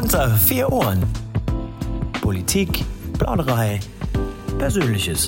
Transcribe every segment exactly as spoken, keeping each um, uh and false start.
Unter vier Ohren. Politik, Plauderei, Persönliches.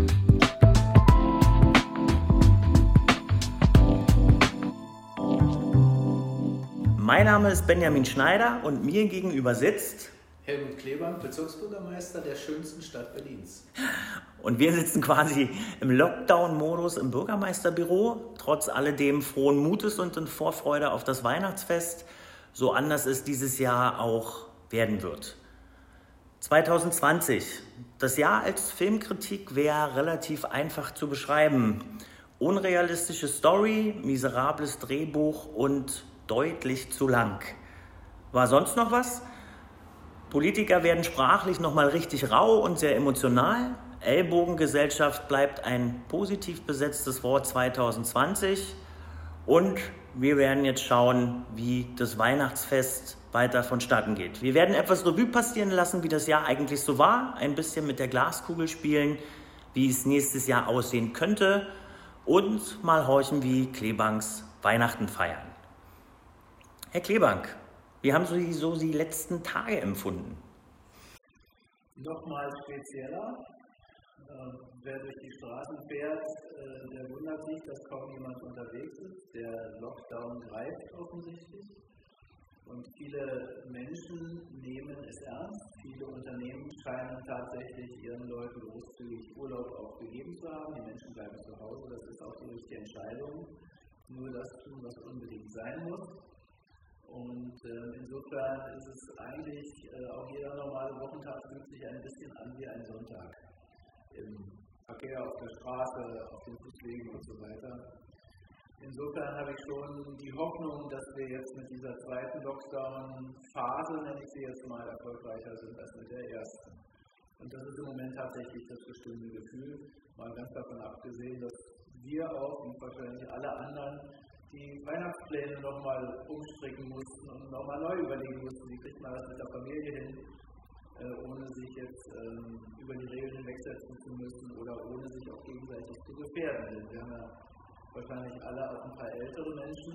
Mein Name ist Benjamin Schneider und mir gegenüber sitzt Helmut Klebank, Bezirksbürgermeister der schönsten Stadt Berlins. Und wir sitzen quasi im Lockdown-Modus im Bürgermeisterbüro, trotz alledem frohen Mutes und in Vorfreude auf das Weihnachtsfest, so anders es dieses Jahr auch werden wird. zwanzig zwanzig, das Jahr als Filmkritik wäre relativ einfach zu beschreiben. Unrealistische Story, miserables Drehbuch und deutlich zu lang. War sonst noch was? Politiker werden sprachlich nochmal richtig rau und sehr emotional. Ellbogengesellschaft bleibt ein positiv besetztes Wort zwanzig zwanzig. Und wir werden jetzt schauen, wie das Weihnachtsfest weiter vonstatten geht. Wir werden etwas Revue passieren lassen, wie das Jahr eigentlich so war. Ein bisschen mit der Glaskugel spielen, wie es nächstes Jahr aussehen könnte. Und mal horchen, wie Klebanks Weihnachten feiern. Herr Klebank, wie haben Sie so die letzten Tage empfunden? Nochmal spezieller. Äh, wer durch die Straßen fährt, äh, der wundert sich, dass kaum jemand unterwegs ist. Der Lockdown greift offensichtlich. Und viele Menschen nehmen es ernst. Viele Unternehmen scheinen tatsächlich ihren Leuten großzügig Urlaub auch gegeben zu haben. Die Menschen bleiben zu Hause. Das ist auch die richtige Entscheidung. Nur das tun, was unbedingt sein muss. Und äh, insofern ist es eigentlich, äh, auch jeder normale Wochentag fühlt sich ein bisschen an wie ein Sonntag. Im Verkehr, auf der Straße, auf den Fußwegen und so weiter. Insofern habe ich schon die Hoffnung, dass wir jetzt mit dieser zweiten Lockdown-Phase, nenne ich sie jetzt mal, erfolgreicher sind als mit der ersten. Und das ist im Moment tatsächlich das bestimmte Gefühl, mal ganz davon abgesehen, dass wir auch, wie wahrscheinlich alle anderen, die Weihnachtspläne nochmal umstricken mussten und nochmal neu überlegen mussten, wie kriegt man das mit der Familie hin, äh, ohne sich jetzt ähm, über die Regeln hinwegsetzen zu müssen oder ohne sich auch gegenseitig zu gefährden. Wir haben ja wahrscheinlich alle auch ein paar ältere Menschen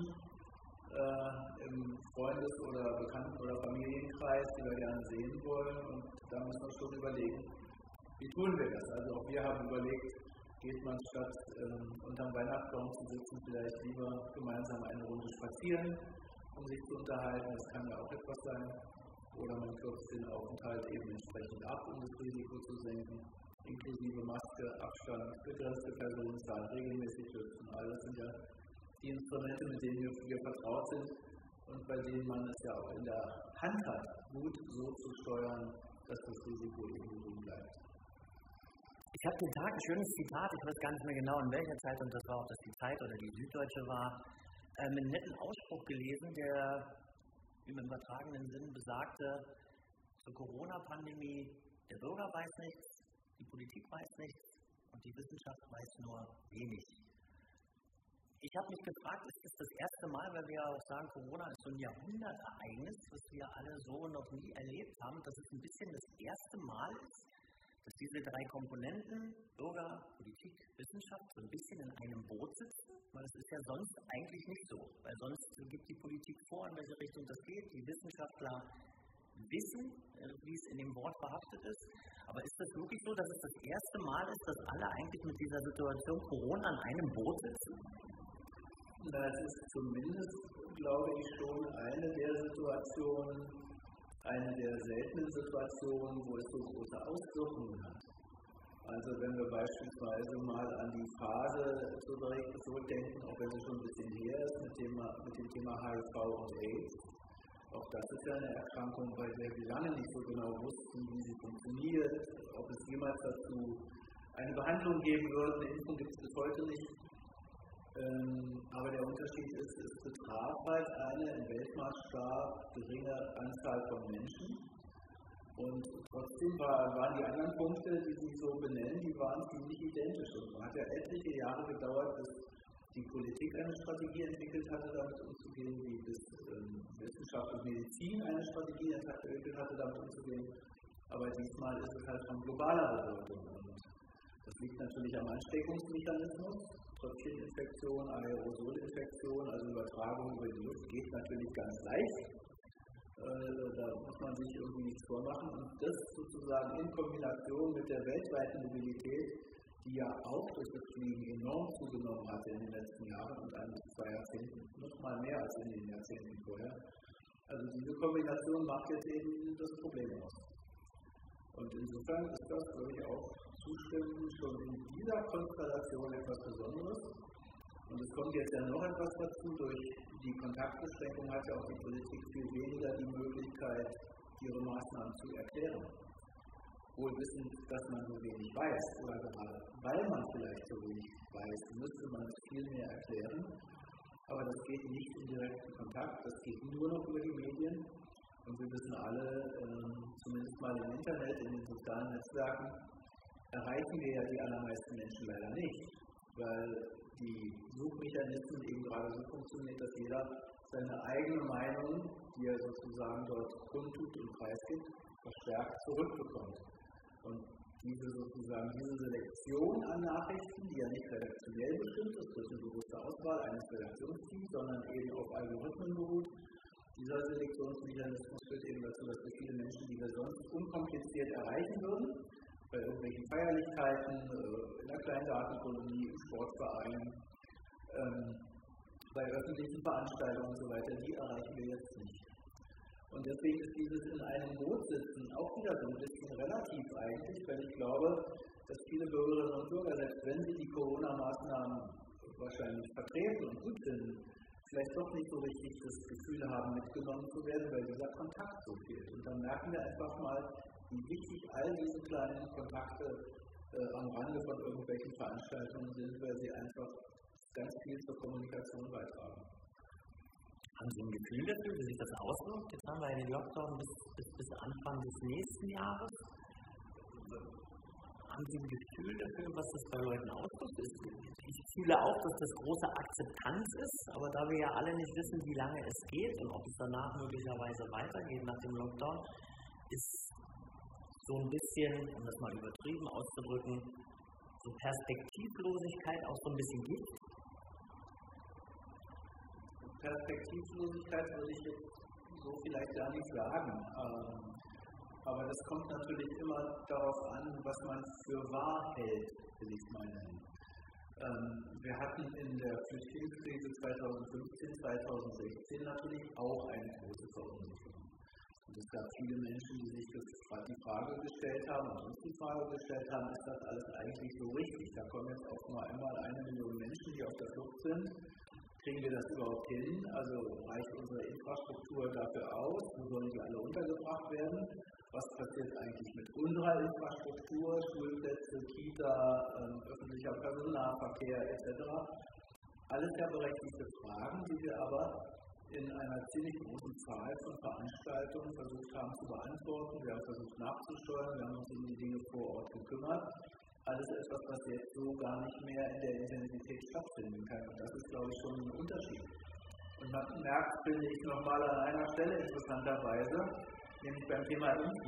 äh, im Freundes- oder Bekannten- oder Familienkreis, die wir gerne sehen wollen, und da müssen wir schon überlegen, wie tun wir das? Also auch wir haben überlegt, geht man statt ähm, unterm Weihnachtsbaum zu sitzen, vielleicht lieber gemeinsam eine Runde spazieren, um sich zu unterhalten. Das kann ja auch etwas sein. Oder man kürzt den Aufenthalt eben entsprechend ab, um das Risiko zu senken. Inklusive Maske, Abstand, begrenzte Personenzahl, regelmäßig schützen. All das sind ja die Instrumente, mit denen wir, wir vertraut sind und bei denen man es ja auch in der Hand hat, gut so zu steuern, dass das Risiko eben gering bleibt. Ich habe den Tag ein schönes Zitat, ich weiß gar nicht mehr genau in welcher Zeitung das war, ob das die Zeit oder die Süddeutsche war, äh, einen netten Ausspruch gelesen, der im übertragenen Sinn besagte, zur Corona-Pandemie, der Bürger weiß nichts, die Politik weiß nichts und die Wissenschaft weiß nur wenig. Ich habe mich gefragt, ist das das erste Mal, weil wir auch sagen, Corona ist so ein Jahrhundertereignis, was wir alle so noch nie erlebt haben, dass es ein bisschen das erste Mal ist, dass diese drei Komponenten, Bürger, Politik, Wissenschaft, so ein bisschen in einem Boot sitzen, weil es ist ja sonst eigentlich nicht so, weil sonst gibt die Politik vor, in welche Richtung das geht, die Wissenschaftler wissen, wie es in dem Wort behaftet ist, aber ist das wirklich so, dass es das erste Mal ist, dass alle eigentlich mit dieser Situation Corona in einem Boot sitzen? Das ist zumindest, glaube ich, schon eine der Situationen, eine der seltenen Situationen, wo es so große Auswirkungen hat. Also wenn wir beispielsweise mal an die Phase zurückdenken, auch wenn sie schon ein bisschen her ist, mit dem, mit dem Thema H I V und AIDS. Auch das ist ja eine Erkrankung, bei der wir lange nicht so genau wussten, wie sie funktioniert, ob es jemals dazu eine Behandlung geben wird. Eine Impfung gibt es bis heute nicht. Ähm, aber der Unterschied ist, es betraf halt eine im Weltmaßstab geringe Anzahl von Menschen. Und trotzdem war, waren die anderen Punkte, die Sie so benennen, die waren ziemlich identisch. Und es hat ja etliche Jahre gedauert, bis die Politik eine Strategie entwickelt hatte, damit umzugehen, wie bis ähm, Wissenschaft und Medizin eine Strategie entwickelt hatte, damit umzugehen. Aber diesmal ist es halt von globaler Bedeutung. Und das liegt natürlich am Ansteckungsmechanismus. Tröpfcheninfektion, Aerosolinfektion, also Übertragung über die Luft geht natürlich ganz leicht. Da muss man sich irgendwie nichts vormachen. Und das sozusagen in Kombination mit der weltweiten Mobilität, die ja auch durch das Fliegen enorm zugenommen hatte in den letzten Jahren und ein bis zwei Jahrzehnten, noch mal mehr als in den Jahrzehnten vorher. Also diese Kombination macht jetzt eben das Problem aus. Und insofern ist das, würde ich auch zustimmen, schon in dieser Konstellation etwas Besonderes. Und es kommt jetzt ja noch etwas dazu, durch die Kontaktbeschränkung hat ja auch die Politik viel weniger die Möglichkeit, ihre Maßnahmen zu erklären. Wohl wissend, dass man so wenig weiß, oder gerade weil man vielleicht so wenig weiß, müsste man es viel mehr erklären. Aber das geht nicht im direkten Kontakt, das geht nur noch über die Medien. Und wir wissen alle, ähm, zumindest mal im Internet, in den sozialen Netzwerken, erreichen wir ja die allermeisten Menschen leider nicht. Weil die Suchmechanismen eben gerade so funktionieren, dass jeder seine eigene Meinung, die er sozusagen dort kundtut und preisgibt, verstärkt zurückbekommt. Und diese sozusagen diese Selektion an Nachrichten, die ja nicht redaktionell bestimmt ist, durch eine bewusste Auswahl eines Redaktionsteams, sondern eben auf Algorithmen beruht, dieser Selektionsmechanismus führt eben dazu, dass wir viele Menschen, die wir sonst unkompliziert erreichen würden, bei irgendwelchen Feierlichkeiten, in der Kleingartenkolonie, im Sportverein, ähm, bei öffentlichen Veranstaltungen und so weiter, die erreichen wir jetzt nicht. Und deswegen ist dieses in einem Boot sitzen auch wieder so ein bisschen relativ eigentlich, weil ich glaube, dass viele Bürgerinnen und Bürger, selbst wenn sie die Corona-Maßnahmen wahrscheinlich vertreten und gut finden, vielleicht doch nicht so richtig das Gefühl haben, mitgenommen zu werden, weil dieser Kontakt so fehlt. Und dann merken wir einfach mal, wie wichtig all diese kleinen Kontakte äh, am Rande von irgendwelchen Veranstaltungen sind, weil sie einfach ganz viel zur Kommunikation beitragen. Haben Sie ein Gefühl dafür, wie sich das auswirkt? Jetzt haben wir ja den Lockdown bis, bis, bis Anfang des nächsten Jahres. Haben Sie ein Gefühl dafür, was das bei Leuten auswirkt? Ich fühle auch, dass das große Akzeptanz ist, aber da wir ja alle nicht wissen, wie lange es geht und ob es danach möglicherweise weitergeht nach dem Lockdown, ist so ein bisschen, um das mal übertrieben auszudrücken, so Perspektivlosigkeit auch so ein bisschen gibt. Perspektivlosigkeit würde ich jetzt so vielleicht gar nicht sagen. Aber das kommt natürlich immer darauf an, was man für wahr hält, will ich mal nennen. Wir hatten in der Flüchtlingskrise zweitausendfünfzehn, zweitausendsechzehn natürlich auch eine große Verunsicherung. Und es gab viele Menschen, die sich die Frage gestellt haben und uns die Frage gestellt haben, ist das alles eigentlich so richtig? Da kommen jetzt auf nur einmal eine Million Menschen, die auf der Flucht sind. Kriegen wir das überhaupt hin? Also reicht unsere Infrastruktur dafür aus? Wo sollen die alle untergebracht werden? Was passiert eigentlich mit unserer Infrastruktur? Schulplätze, Kita, äh, öffentlicher Personennahverkehr et cetera. Alles ja berechtigte Fragen, die wir aber in einer ziemlich großen Zahl von Veranstaltungen versucht haben zu beantworten. Wir haben versucht nachzusteuern, wir haben uns um die Dinge vor Ort gekümmert. Alles etwas, was jetzt so gar nicht mehr in der Intensität stattfinden kann. Und das ist, glaube ich, schon ein Unterschied. Und man merkt, finde ich, nochmal an einer Stelle interessanterweise, nämlich beim Thema Impfen.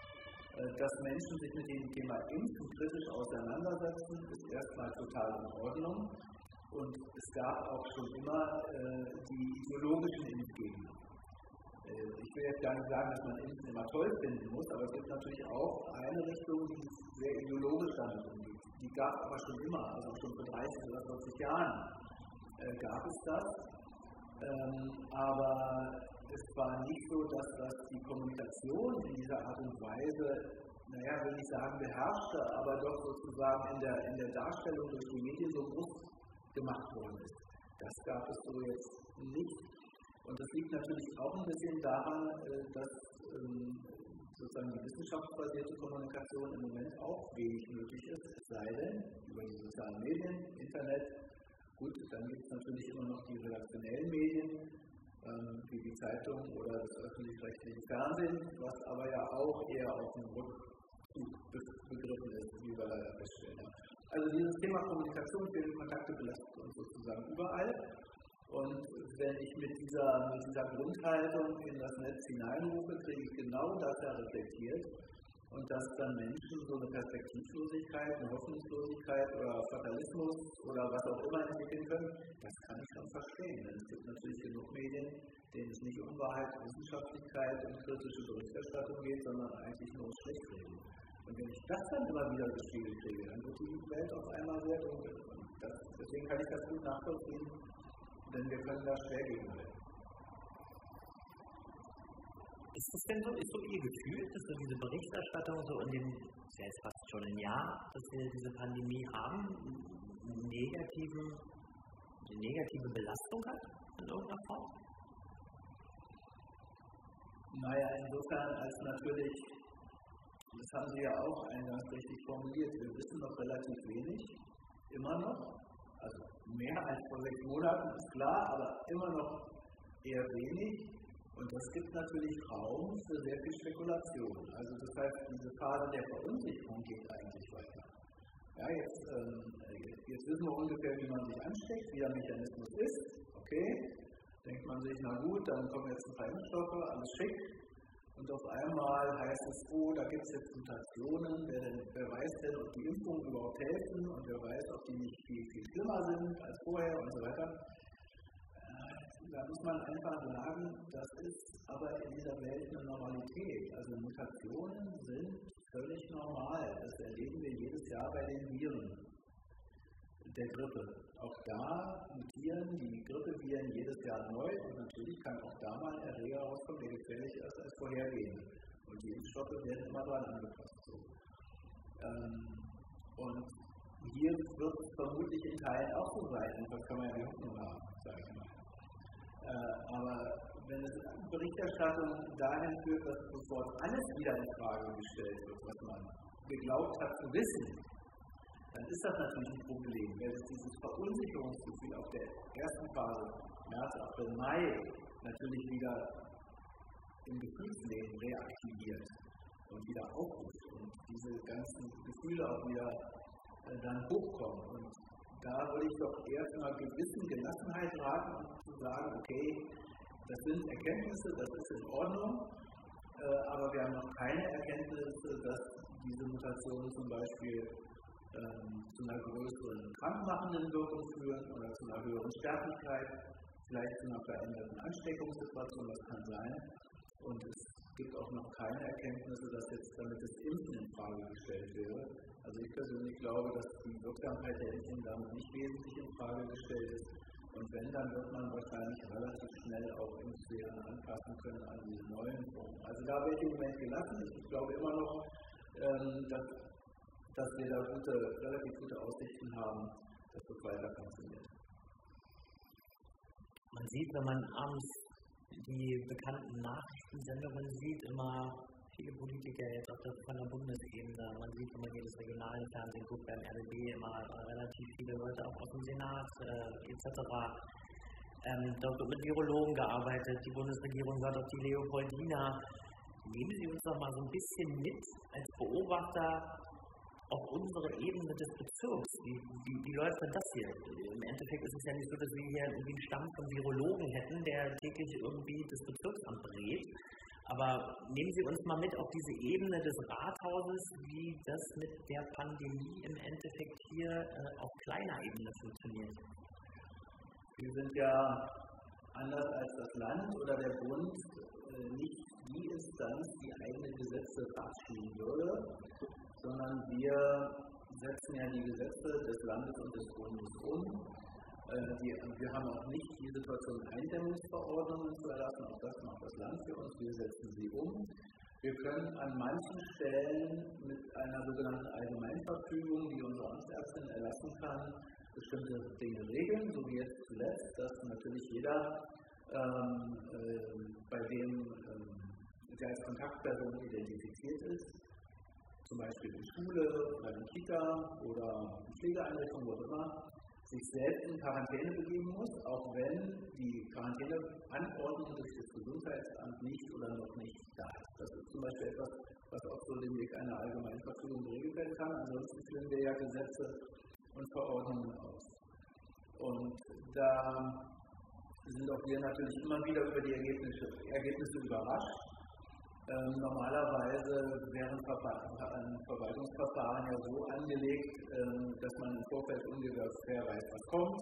Dass Menschen sich mit dem Thema Impfen kritisch auseinandersetzen, ist erstmal total in Ordnung. Und es gab auch schon immer äh, die ideologischen Impfgegner. Äh, ich will jetzt gar nicht sagen, dass man Impfen immer toll finden muss, aber es gibt natürlich auch eine Richtung, die sehr ideologisch damit umgeht. Die gab es aber schon immer, also schon vor dreißig oder vierzig Jahren äh, gab es das. Ähm, aber es war nicht so, dass das die Kommunikation in dieser Art und Weise, naja, will ich sagen beherrschte, aber doch sozusagen in der, in der Darstellung durch die Medien so groß gemacht worden ist. Das gab es so jetzt nicht. Und das liegt natürlich auch ein bisschen daran, dass ähm, sozusagen die wissenschaftsbasierte Kommunikation im Moment auch wenig möglich ist, es sei denn, über die sozialen Medien, Internet. Gut, dann gibt es natürlich immer noch die redaktionellen Medien, ähm, wie die Zeitung oder das öffentlich-rechtliche Fernsehen, was aber ja auch eher auf dem Rückzug begriffen ist, wie wir leider feststellen. Also dieses Thema Kommunikation, viele Kontakte belastet uns sozusagen überall. Und wenn ich mit dieser, mit dieser Grundhaltung in das Netz hineinrufe, kriege ich genau das ja reflektiert. Und dass dann Menschen so eine Perspektivlosigkeit, eine Hoffnungslosigkeit oder Fatalismus oder was auch immer entwickeln können, das kann ich schon verstehen. Denn es gibt natürlich genug Medien, denen es nicht um Wahrheit, Wissenschaftlichkeit und kritische Berichterstattung geht, sondern eigentlich nur um Schlechtreden. Und wenn ich das dann immer wieder gespiegelt kriege, dann wird die Welt auf einmal sehr dunkel. Und das, deswegen kann ich das gut nachvollziehen, denn wir können da schwer gegenhalten. Ist das denn so, ist so Ihr Gefühl, dass so diese Berichterstattung so in dem, das ist ja jetzt fast schon ein Jahr, dass wir diese Pandemie haben, einen negativen, eine negative Belastung hat in irgendeiner Form? Naja, insofern als natürlich, das haben Sie ja auch eingangs richtig formuliert, wir wissen noch relativ wenig, immer noch, also mehr als vor sechs Monaten, ist klar, aber immer noch eher wenig. Und das gibt natürlich Raum für sehr viel Spekulation. Also das heißt, diese Phase der Verunsicherung geht eigentlich weiter. Ja, jetzt, ähm, jetzt wissen wir ungefähr, wie man sich ansteckt, wie der Mechanismus ist. Okay, denkt man sich, na gut, dann kommen jetzt ein paar Impfstoffe, alles schick. Und auf einmal heißt es, oh, da gibt es jetzt Mutationen, wer, denn, wer weiß denn, ob die Impfungen überhaupt helfen und wer weiß, ob die nicht viel, viel schlimmer sind als vorher und so weiter. Da muss man einfach sagen, das ist aber in dieser Welt eine Normalität. Also Mutationen sind völlig normal. Das erleben wir jedes Jahr bei den Viren der Grippe. Auch da mutieren die Grippeviren jedes Jahr neu und natürlich kann auch da mal ein Erreger rauskommen, der gefährlicher ist als vorhergehende. Und die Impfstoffe werden immer dran angepasst. So. Ähm, und hier wird es vermutlich in Teilen auch so sein, und das kann man ja die Hoffnung haben, sage ich mal. Äh, aber wenn es Berichterstattung dahin führt, dass sofort alles wieder in Frage gestellt wird, was man geglaubt hat zu wissen, dann ist das natürlich ein Problem. Wenn es dieses Verunsicherungsgefühl auf der ersten Phase, März, April, Mai, natürlich wieder im Gefühlsleben reaktiviert und wieder aufruft und diese ganzen Gefühle auch wieder äh, dann hochkommen. Und da würde ich doch erstmal gewissen Gelassenheit raten, um zu sagen, okay, das sind Erkenntnisse, das ist in Ordnung, äh, aber wir haben noch keine Erkenntnisse, dass diese Mutationen zum Beispiel ähm, zu einer größeren krankmachenden Wirkung führen oder zu einer höheren Sterblichkeit, vielleicht zu einer veränderten Ansteckungssituation, das kann sein. Und es gibt auch noch keine Erkenntnisse, dass jetzt damit das Impfen in Frage gestellt wäre. Also ich persönlich glaube, dass die Wirksamkeit der Impfung damit nicht wesentlich in Frage gestellt ist. Und wenn, dann wird man wahrscheinlich relativ schnell auch Impfserien anpassen können an diese neuen Formen. Also da werde ich im Moment gelassen. Ich glaube immer noch, ähm, dass, dass wir da gute, relativ gute Aussichten haben, dass das weiter funktioniert. Man sieht, wenn man abends die bekannten Nachrichtensendungen sieht, immer viele Politiker jetzt auf der, von der Bundesebene. Man sieht, wenn man jedes regionale Fernsehen guckt, beim R B B immer relativ viele Leute auch aus dem Senat äh, et cetera. Ähm, dort wird mit Virologen gearbeitet, die Bundesregierung hört auf die Leopoldina. Nehmen Sie uns doch mal so ein bisschen mit als Beobachter auf unsere Ebene des Bezirks. Wie, wie, wie läuft denn das hier? Im Endeffekt ist es ja nicht so, dass wir hier irgendwie einen Stamm von Virologen hätten, der täglich irgendwie das Bezirksamt berät. Aber nehmen Sie uns mal mit auf diese Ebene des Rathauses, wie das mit der Pandemie im Endeffekt hier äh, auf kleiner Ebene funktioniert. Wir sind ja anders als das Land oder der Bund äh, nicht die Instanz, die eigene Gesetze verabschieden würde, sondern wir setzen ja die Gesetze des Landes und des Bundes um. Äh, die, wir haben auch nicht die Situation, Eindämmungsverordnungen zu erlassen, auch das macht das Land für uns, wir setzen sie um. Wir können an manchen Stellen mit einer sogenannten Allgemeinverfügung, die unsere Amtsärztin erlassen kann, bestimmte Dinge regeln, so wie jetzt zuletzt, dass natürlich jeder, ähm, äh, bei dem ähm, der als Kontaktperson identifiziert ist, zum Beispiel in Schule oder in Kita oder in Pflegeeinrichtungen, wo auch immer, sich selbst in Quarantäne begeben muss, auch wenn die Quarantäneanordnung durch das Gesundheitsamt nicht oder noch nicht da ist. Das ist zum Beispiel etwas, was auf so dem Weg einer Allgemeinverfügung geregelt werden kann. Ansonsten führen wir ja Gesetze und Verordnungen aus. Und da sind auch wir natürlich immer wieder über die Ergebnisse, Ergebnisse überrascht. Ähm, normalerweise wären Verwaltungsverfahren ja so angelegt, ähm, dass man im Vorfeld ungefähr weiß, was kommt,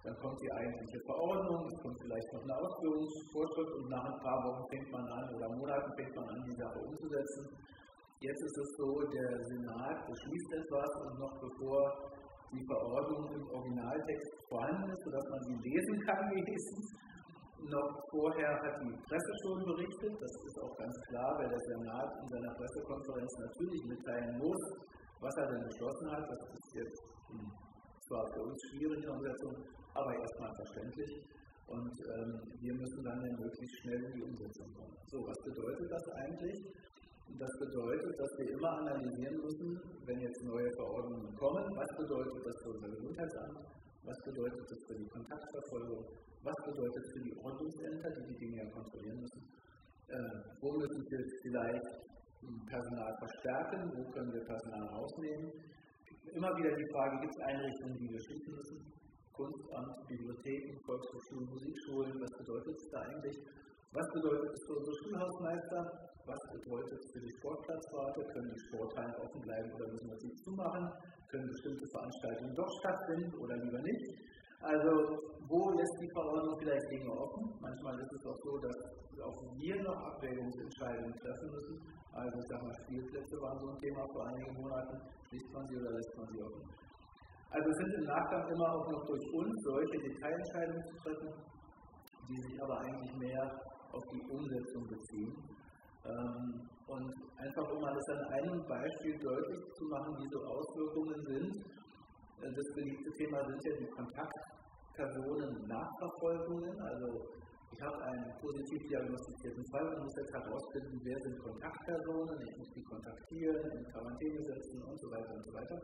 Dann kommt die eigentliche Verordnung, es kommt vielleicht noch eine Ausführungsvorschrift und nach ein paar Wochen fängt man an oder Monaten fängt man an, die Sache umzusetzen. Jetzt ist es so, der Senat beschließt etwas und noch bevor die Verordnung im Originaltext vorhanden ist, sodass man sie lesen kann wenigstens, noch vorher hat die Presse schon berichtet. Das ist auch ganz klar, weil der Senat in seiner Pressekonferenz natürlich mitteilen muss, was er denn beschlossen hat. Das ist jetzt hm, zwar für uns schwierig in der Umsetzung, aber erstmal verständlich. Und ähm, wir müssen dann ja möglichst schnell in die Umsetzung kommen. So, was bedeutet das eigentlich? Das bedeutet, dass wir immer analysieren müssen, wenn jetzt neue Verordnungen kommen, was bedeutet das für unser Gesundheitsamt, was bedeutet das für die Kontaktverfolgung, was bedeutet für die Ordnungsämter, die die Dinge ja kontrollieren müssen, äh, wo müssen wir vielleicht Personal verstärken, wo können wir Personal rausnehmen. Immer wieder die Frage, gibt es Einrichtungen, die wir schließen müssen? Kunstamt, Bibliotheken, Volkshochschulen, Musikschulen, was bedeutet es da eigentlich? Was bedeutet es für unsere Schulhausmeister? Was bedeutet es für die Sportplatzwarte? Können die Sporthallen offen bleiben oder müssen wir sie zumachen? Können bestimmte Veranstaltungen doch stattfinden oder lieber nicht? Also, wo lässt die Verordnung vielleicht Dinge offen? Manchmal ist es auch so, dass auch wir noch Abwägungsentscheidungen treffen müssen. Also, ich sage mal, Spielplätze waren so ein Thema vor einigen Monaten. Schließt man sie oder lässt man sie offen? Also, es sind im Nachgang immer auch noch durch uns solche Detailentscheidungen zu treffen, die sich aber eigentlich mehr auf die Umsetzung beziehen. Und einfach um alles an einem Beispiel deutlich zu machen, wie so Auswirkungen sind. Das beliebte Thema sind ja die Kontaktpersonen-Nachverfolgungen. Also ich habe einen positiv diagnostizierten Fall und muss jetzt herausfinden, wer sind Kontaktpersonen, ich muss die kontaktieren, in Quarantäne setzen und so weiter und so weiter.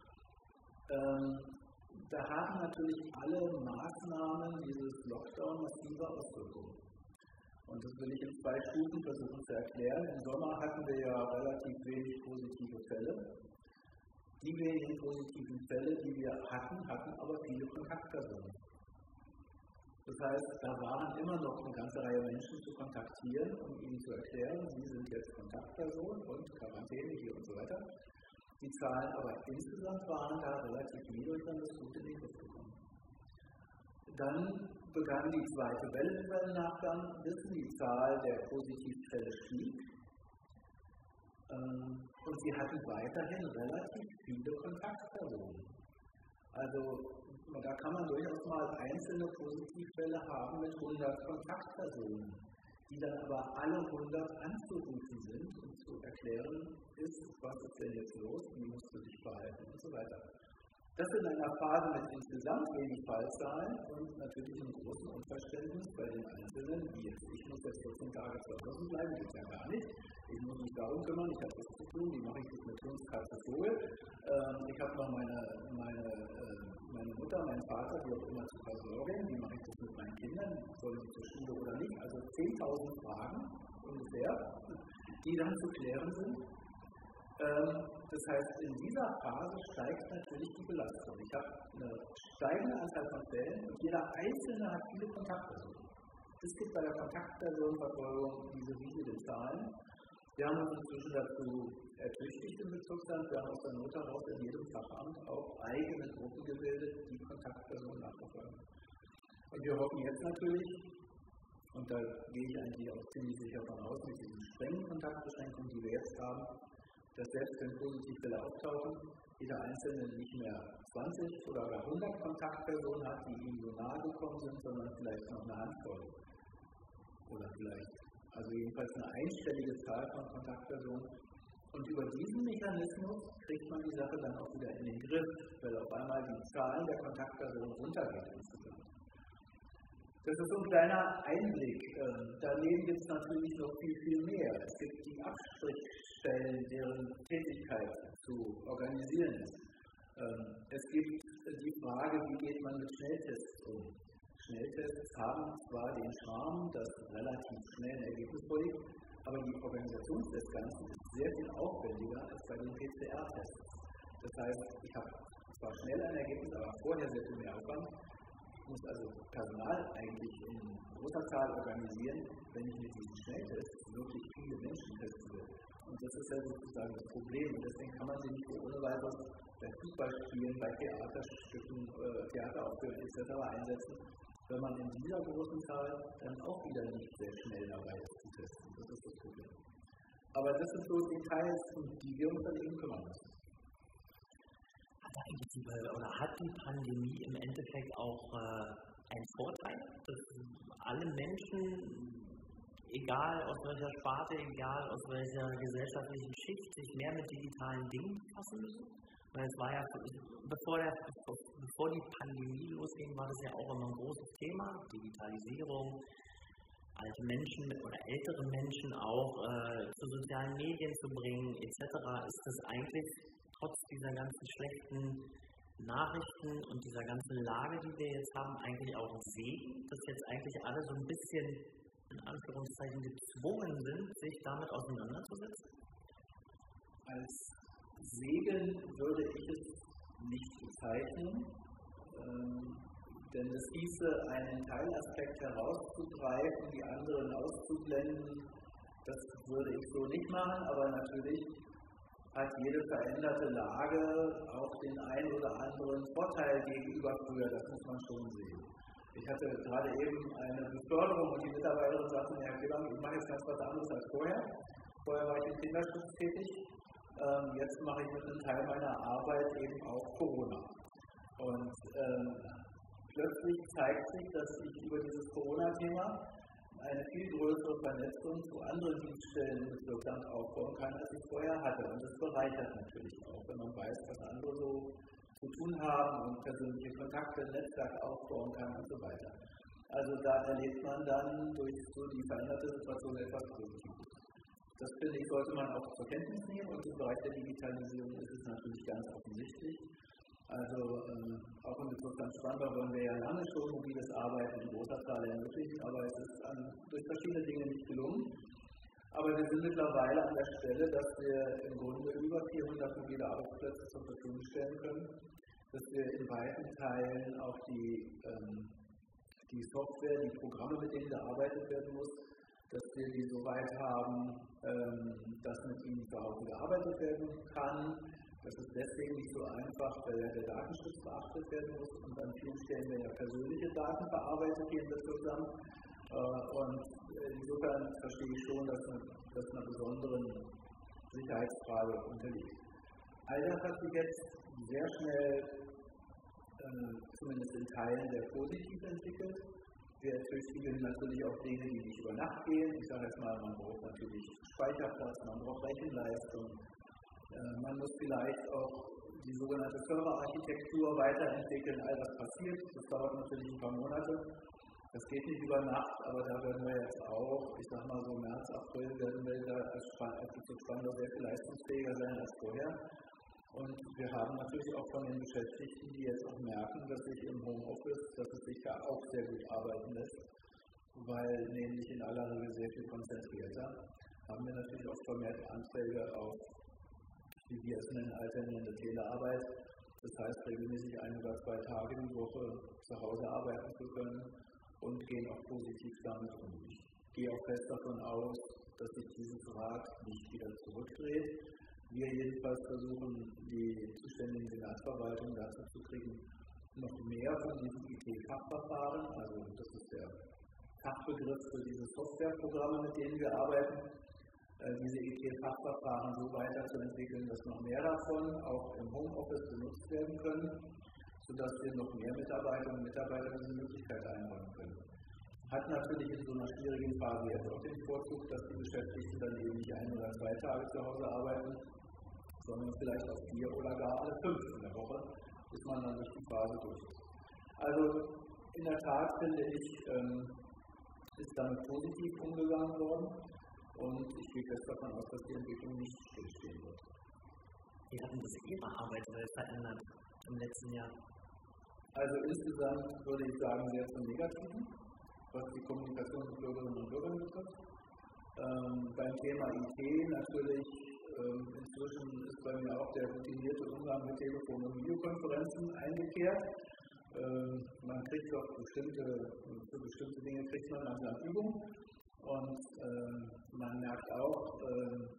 Da haben natürlich alle Maßnahmen dieses Lockdown massive Auswirkungen. Und das will ich in zwei Stufen versuchen zu erklären. Im Sommer hatten wir ja relativ wenig positive Fälle. Die wenigen positiven Fälle, die wir hatten, hatten aber viele Kontaktpersonen. Das heißt, da waren immer noch eine ganze Reihe Menschen zu kontaktieren, um ihnen zu erklären, sie sind jetzt Kontaktpersonen und Quarantäne hier und so weiter. Die Zahlen aber insgesamt waren da relativ niedrig, dann ist gut in den Griff gekommen. Dann begann die zweite Welle über den Nachgang, wissen die Zahl der Positivfälle stieg. Und sie hatten weiterhin relativ viele Kontaktpersonen. Also da kann man durchaus mal einzelne Positivfälle haben mit hundert Kontaktpersonen, die dann aber alle hundert anzurufen sind und zu erklären ist, was ist denn jetzt los, wie musst du dich verhalten und so weiter. Das in einer Phase mit insgesamt wenig Fallzahlen und natürlich einem großen Unverständnis bei den Einzelnen, wie jetzt, ich muss jetzt vierzehn Tage zu Hause bleiben, geht ja gar nicht. Ich muss mich darum kümmern, ich habe was zu tun, wie mache ich das mit Kunstkatastrophol. Ähm, ich habe noch meine, meine, äh, meine Mutter, meinen Vater, die auch immer zu versorgen, wie mache ich das mit meinen Kindern, sollen sie zur Schule oder nicht. Also zehntausend Fragen ungefähr, die dann zu klären sind. Das heißt, in dieser Phase steigt natürlich die Belastung. Ich habe eine steigende Anzahl von Fällen und jeder Einzelne hat viele Kontaktpersonen. Es gibt bei der Kontaktpersonenverfolgung diese riesigen Zahlen. Wir haben uns inzwischen dazu ertüchtigt im Bezirksamt. Wir haben aus der Not heraus in jedem Fachamt auch eigene Gruppen gebildet, die Kontaktpersonen nachverfolgen. Und wir hoffen jetzt natürlich, und da gehe ich eigentlich auch ziemlich sicher von aus, mit diesen strengen Kontaktbeschränkungen, die wir jetzt haben, dass selbst wenn Positivfälle auftauchen, jeder Einzelne nicht mehr zwanzig oder gar hundert Kontaktpersonen hat, die ihm so nahe gekommen sind, sondern vielleicht noch eine Handvoll. Oder vielleicht, also jedenfalls eine einstellige Zahl von Kontaktpersonen. Und über diesen Mechanismus kriegt man die Sache dann auch wieder in den Griff, weil auf einmal die Zahlen der Kontaktpersonen runtergeht insgesamt. Das ist so ein kleiner Einblick. Daneben gibt es natürlich noch viel, viel mehr. Es gibt die Abstrichstellen, deren Tätigkeit zu organisieren ist. Es gibt die Frage, wie geht man mit Schnelltests um. Schnelltests haben zwar den Charme, dass relativ schnell ein Ergebnis vorliegt, aber die Organisation des Ganzen ist sehr viel aufwendiger als bei den P C R-Tests. Das heißt, ich habe zwar schnell ein Ergebnis, aber vorher sehr viel mehr Aufwand. Ich muss also Personal eigentlich in großer Zahl organisieren, wenn ich mit diesen Schnelltests wirklich viele Menschen testen will. Und das ist ja sozusagen das Problem. Und deswegen kann man sie nicht ohne weiteres bei Fußballspielen, bei Theaterstücken, äh, Theateraufführungen et cetera einsetzen, wenn man in dieser großen Zahl dann auch wieder nicht sehr schnell dabei ist zu testen. Das ist das Problem. Aber das sind so Details, um die wir uns dann eben kümmern müssen. Hat eigentlich die, oder hat die Pandemie im Endeffekt auch äh, einen Vorteil, dass alle Menschen, egal aus welcher Sparte, egal aus welcher gesellschaftlichen Schicht, sich mehr mit digitalen Dingen befassen müssen? Weil es war ja, bevor, der, bevor die Pandemie losging, war das ja auch immer ein großes Thema, Digitalisierung, alte Menschen mit, oder ältere Menschen auch äh, zu sozialen Medien zu bringen, et cetera. Ist das eigentlich trotz dieser ganzen schlechten Nachrichten und dieser ganzen Lage, die wir jetzt haben, eigentlich auch ein Segen, dass jetzt eigentlich alle so ein bisschen in Anführungszeichen gezwungen sind, sich damit auseinanderzusetzen? Als Segen würde ich es nicht bezeichnen, ähm, denn es hieße, einen Teilaspekt herauszugreifen, die anderen auszublenden, das würde ich so nicht machen, aber natürlich hat jede veränderte Lage auch den einen oder anderen Vorteil gegenüber früher, das muss man schon sehen. Ich hatte gerade eben eine Beförderung und die Mitarbeiterin sagte mir, Herr Kleber, ich mache jetzt ganz was anderes als vorher. Vorher war ich im Kinderschutz tätig, ähm, jetzt mache ich mit einem Teil meiner Arbeit eben auch Corona. Und ähm, plötzlich zeigt sich, dass ich über dieses Corona-Thema eine viel größere Vernetzung zu anderen Dienststellen mit Wirksamt aufbauen kann, als ich vorher hatte. Und das bereichert natürlich auch, wenn man weiß, was andere so zu tun haben und persönliche Kontakte, Netzwerk aufbauen kann und so weiter. Also da erlebt man dann durch so die veränderte Situation etwas Positives. Das finde ich, sollte man auch zur Kenntnis nehmen und im Bereich der Digitalisierung ist es natürlich ganz offensichtlich. Also ähm, auch in Bezug Spandau wollen wir ja lange schon mobiles Arbeiten in großer Zahl ermöglichen, aber es ist an, durch verschiedene Dinge nicht gelungen. Aber wir sind mittlerweile an der Stelle, dass wir im Grunde über vierhundert mobile Arbeitsplätze zur Verfügung stellen können, dass wir in weiten Teilen auch die, ähm, die Software, die Programme, mit denen gearbeitet werden muss, dass wir die so weit haben, ähm, dass mit ihnen zu Hause gearbeitet werden kann. Das ist deswegen nicht so einfach, weil ja der Datenschutz beachtet werden muss und an vielen Stellen werden ja persönliche Daten verarbeitet hier in der zusammen. Und insofern verstehe ich schon, dass das einer besonderen Sicherheitsfrage unterliegt. All das hat sich jetzt sehr schnell, äh, zumindest in Teilen, sehr positiv entwickelt. Wir ertüchtigen natürlich auch Dinge, die nicht über Nacht gehen. Ich sage jetzt mal, man braucht natürlich Speicherplatz, man braucht Rechenleistung. Äh, man muss vielleicht auch die sogenannte Serverarchitektur weiterentwickeln. All das passiert. Das dauert natürlich ein paar Monate. Das geht nicht über Nacht, aber da werden wir jetzt auch, ich sag mal so März, April, werden wir da als Spandau sehr viel leistungsfähiger sein als vorher. Und wir haben natürlich auch von den Beschäftigten, die jetzt auch merken, dass sich im Homeoffice, dass es sich da auch sehr gut arbeiten lässt, weil nämlich in aller Regel sehr viel konzentrierter, haben wir natürlich auch vermehrt Anträge auf, wie wir es nennen, alternierende Telearbeit. Das heißt, regelmäßig ein oder zwei Tage die Woche zu Hause arbeiten zu können. Und gehen auch positiv damit um. Ich gehe auch fest davon aus, dass sich dieses Rad nicht wieder zurückdreht. Wir jedenfalls versuchen, die zuständigen Senatsverwaltungen dazu zu kriegen, noch mehr von diesen I T-Fachverfahren, also das ist der Fachbegriff für diese Softwareprogramme, mit denen wir arbeiten, äh, diese I T-Fachverfahren so weiterzuentwickeln, dass noch mehr davon auch im Homeoffice benutzt werden können, sodass wir noch mehr Mitarbeiterinnen und Mitarbeiter diese Möglichkeit einräumen können. Hat natürlich in so einer schwierigen Phase jetzt auch den Vorzug, dass die Beschäftigten dann eben nicht ein oder zwei Tage zu Hause arbeiten, sondern vielleicht auch vier oder gar alle fünf in der Woche, bis man dann durch die Phase durch ist. Also in der Tat finde ich, ähm, ist damit positiv umgegangen worden und ich gehe fest davon aus, dass die Entwicklung nicht stillstehen wird. Wie hat denn das Ihre Arbeitswelt verändert im letzten Jahr? Also insgesamt würde ich sagen, sehr zum Negativen, was die Kommunikation mit Bürgerinnen und Bürgern betrifft. Ähm, beim Thema I T natürlich, ähm, inzwischen ist bei mir auch der routinierte Umgang mit Telefon- und Videokonferenzen eingekehrt. Ähm, man kriegt doch bestimmte, für bestimmte Dinge kriegt man langsam Übung und ähm, man merkt auch, ähm,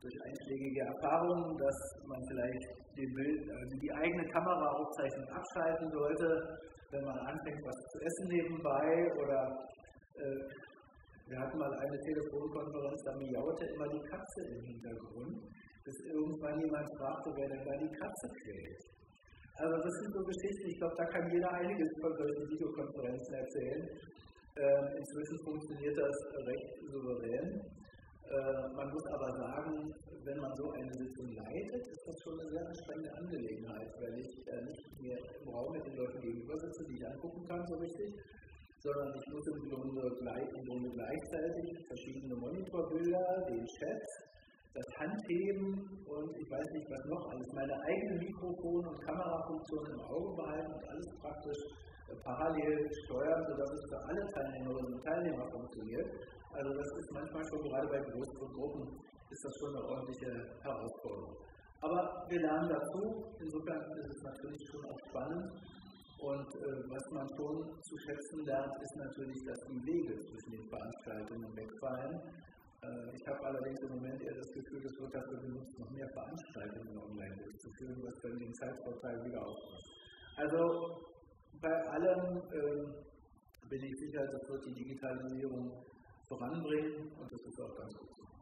durch einschlägige Erfahrungen, dass man vielleicht den Bild, also die eigene Kameraaufzeichnung abschalten sollte, wenn man anfängt, was zu essen nebenbei. Oder äh, wir hatten mal eine Telefonkonferenz, da miaute immer die Katze im Hintergrund, bis irgendwann jemand fragte, wer denn da die Katze quält. Also das sind so Geschichten, ich glaube, da kann jeder einiges von solchen Videokonferenzen erzählen. Äh, inzwischen funktioniert das recht souverän. Äh, man muss aber sagen, wenn man so eine Sitzung leitet, ist das schon eine sehr anstrengende Angelegenheit, weil ich äh, nicht mehr im Raum mit den Leuten gegenüber sitze, die ich angucken kann, so richtig, sondern ich muss im Grunde, gleich, im Grunde gleichzeitig verschiedene Monitorbilder, den Chat, das Handheben und ich weiß nicht was noch alles, meine eigenen Mikrofon- und Kamerafunktionen im Auge behalten und alles praktisch äh, parallel steuern, sodass es für alle Teilnehmerinnen und Teilnehmer funktioniert. Also das ist manchmal schon, gerade bei größeren Gruppen, ist das schon eine ordentliche Herausforderung. Aber wir lernen dazu, insofern ist es natürlich schon auch spannend. Und äh, was man schon zu schätzen lernt, ist natürlich, dass die Wege zwischen den Veranstaltungen wegfallen. Äh, ich habe allerdings im Moment eher das Gefühl, es wird dafür benutzt, noch mehr Veranstaltungen online durchzuführen, was dann den Zeitvorteil wieder aufmacht. Also bei allem äh, bin ich sicher, das wird die Digitalisierung voranbringen und das ist auch ganz gut so.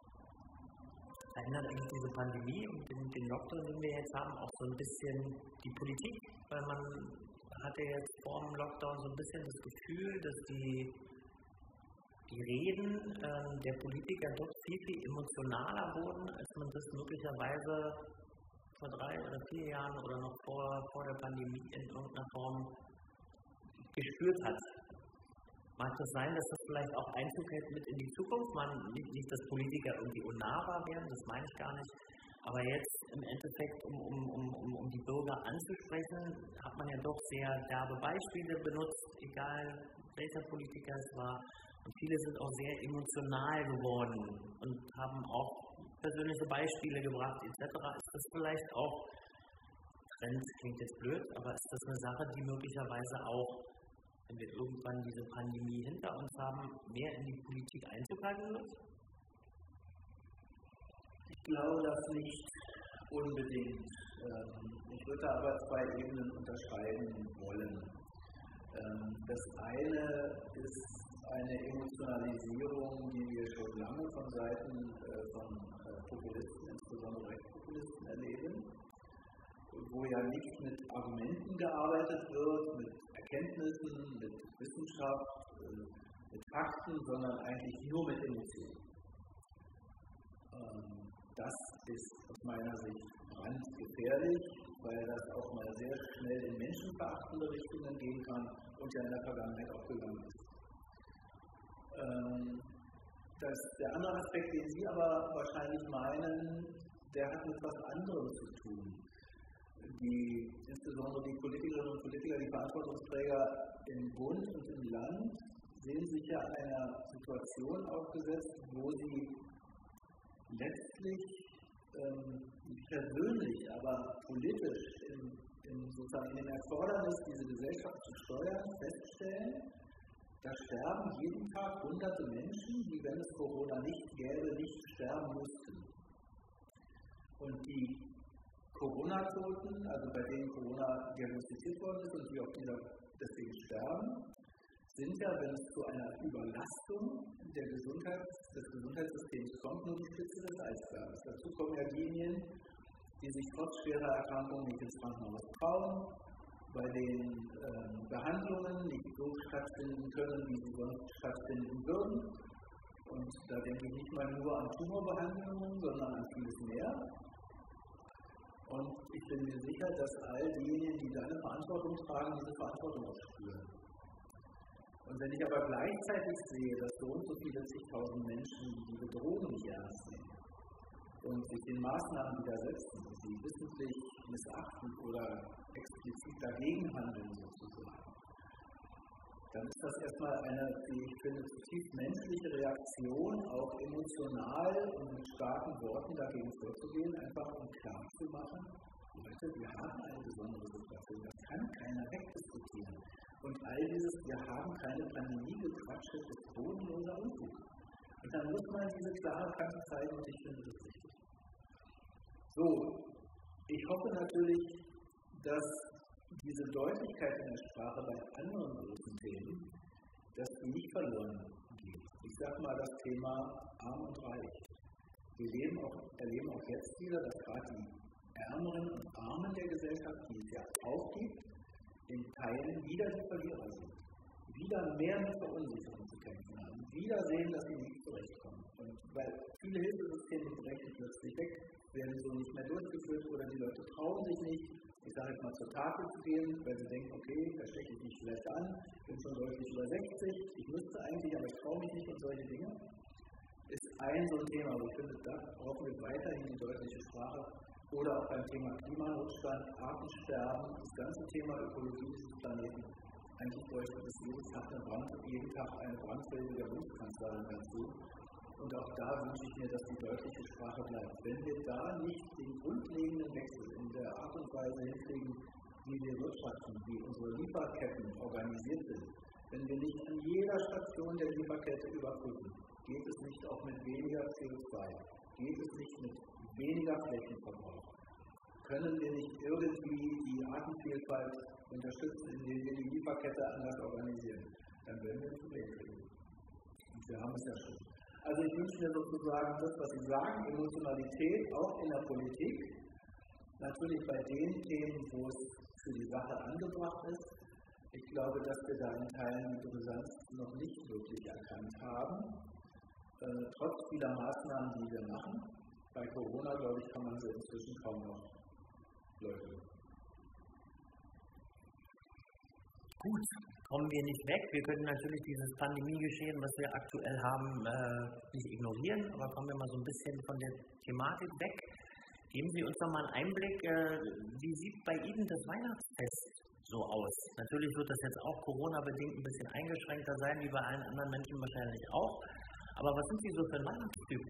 Verändert eigentlich diese Pandemie und den, den Lockdown, den wir jetzt haben, auch so ein bisschen die Politik, weil man hatte jetzt vor dem Lockdown so ein bisschen das Gefühl, dass die, die Reden äh, der Politiker doch viel, viel emotionaler wurden, als man das möglicherweise vor drei oder vier Jahren oder noch vor, vor der Pandemie in irgendeiner Form gespürt hat. Mag das sein, dass das vielleicht auch Einzug hält mit in die Zukunft? Man, nicht, nicht, dass Politiker irgendwie unnahbar werden, das meine ich gar nicht. Aber jetzt im Endeffekt, um, um, um, um, um die Bürger anzusprechen, hat man ja doch sehr derbe Beispiele benutzt, egal welcher Politiker es war. Und viele sind auch sehr emotional geworden und haben auch persönliche Beispiele gebracht et cetera. Ist das vielleicht auch, Trend klingt jetzt blöd, aber ist das eine Sache, die möglicherweise auch, wenn wir irgendwann diese Pandemie hinter uns haben, mehr in die Politik Einzug halten wird? Ich glaube das nicht unbedingt. Ich würde da aber zwei Ebenen unterscheiden wollen. Das eine ist eine Emotionalisierung, die wir schon lange von Seiten von Populisten, insbesondere Rechtspopulisten, erleben, wo ja nicht mit Argumenten gearbeitet wird, mit Erkenntnissen, mit Wissenschaft, mit Fakten, sondern eigentlich nur mit Emotionen. Das ist aus meiner Sicht brandgefährlich, weil das auch mal sehr schnell in menschenverachtende Richtungen gehen kann und ja in der Vergangenheit auch gegangen ist. Das, der andere Aspekt, den Sie aber wahrscheinlich meinen, der hat mit etwas anderem zu tun. Die, insbesondere die Politikerinnen und Politiker, die Verantwortungsträger im Bund und im Land, sehen sich ja einer Situation ausgesetzt, wo sie letztlich ähm, nicht persönlich, aber politisch in, in sozusagen in dem Erfordernis, diese Gesellschaft zu steuern, feststellen, da sterben jeden Tag hunderte Menschen, die, wenn es Corona nicht gäbe, nicht sterben müssten. Und die Corona-Toten, also bei denen Corona diagnostiziert worden ist und die auf dieser deswegen sterben, sind ja, wenn es zu einer Überlastung der Gesundheit, des Gesundheitssystems kommt, nur die Spitze des Eisbergs. Dazu kommen ja diejenigen, die sich trotz schwerer Erkrankungen nicht ins Krankenhaus trauen, bei den ähm, Behandlungen nicht so stattfinden können, wie sie sonst stattfinden würden. Und da denke ich nicht mal nur an Tumorbehandlungen, sondern an vieles mehr. Und ich bin mir sicher, dass all diejenigen, die da eine Verantwortung tragen, diese Verantwortung auch spüren. Und wenn ich aber gleichzeitig sehe, dass so und so viele zigtausend Menschen die Bedrohung nicht ernst nehmen und sich den Maßnahmen widersetzen, sie wissentlich missachten oder explizit dagegen handeln sozusagen, dann ist das erstmal eine, wie ich finde, zutiefst menschliche Reaktion, auch emotional und mit starken Worten dagegen vorzugehen, einfach um klar zu machen, Leute, wir haben eine besondere Situation, das kann keiner wegdiskutieren. Und all dieses, wir haben keine Pandemie gequatscht, ist bodenloser Unfug. Und dann muss man diese klare Kante zeigen und ich finde das richtig. So, ich hoffe natürlich, dass diese Deutlichkeit in der Sprache bei anderen großen Themen, dass die nicht verloren geht. Ich sage mal das Thema Arm und Reich. Wir leben auch, erleben auch jetzt wieder, dass gerade die Ärmeren und Armen der Gesellschaft, die es ja auch gibt, in Teilen wieder die Verlierer sind. Wieder mehr mit Verunsicherung zu kämpfen haben. Wieder sehen, dass sie nicht zurechtkommen. Und weil viele Hilfesysteme brechen plötzlich weg, werden so nicht mehr durchgeführt oder die Leute trauen sich nicht, ich sage jetzt mal zur Tafel zu gehen, weil sie denken, okay, da stecke ich mich vielleicht an, ich bin schon deutlich über sechzig, ich müsste eigentlich, aber ich traue mich nicht und solche Dinge. Ist ein so ein Thema, aber ich finde, da brauchen wir weiterhin die deutliche Sprache. Oder auch beim Thema Klimanotstand, Artensterben, das ganze Thema Ökologie dieses Planeten. Eigentlich bräuchte es jeden Tag eine Brand, jeden Tag eine brandfähige Bundeskanzlerin dazu. Und auch da wünsche ich mir, dass die deutliche Sprache bleibt. Wenn wir da nicht den grundlegenden Wechsel in der Art und Weise hinkriegen, wie wir wirtschaften, wie unsere Lieferketten organisiert sind, wenn wir nicht an jeder Station der Lieferkette überprüfen, geht es nicht auch mit weniger C O zwei, geht es nicht mit weniger Flächenverbrauch, können wir nicht irgendwie die Artenvielfalt unterstützen, indem wir die Lieferkette anders organisieren, dann werden wir ein Problem kriegen. Und wir haben es ja schon. Also ich wünsche mir sozusagen das, was Sie sagen, Emotionalität auch in der Politik, natürlich bei den Themen, wo es für die Sache angebracht ist. Ich glaube, dass wir da in Teilen die Brisanz noch nicht wirklich erkannt haben, äh, trotz vieler Maßnahmen, die wir machen. Bei Corona, glaube ich, kann man sie inzwischen kaum noch leugnen. Gut, kommen wir nicht weg. Wir können natürlich dieses Pandemiegeschehen, was wir aktuell haben, äh, nicht ignorieren, aber kommen wir mal so ein bisschen von der Thematik weg. Geben Sie uns noch mal einen Einblick, äh, wie sieht bei Ihnen das Weihnachtsfest so aus? Natürlich wird das jetzt auch Corona-bedingt ein bisschen eingeschränkter sein, wie bei allen anderen Menschen wahrscheinlich auch. Aber was sind Sie so für ein Weihnachtstyp?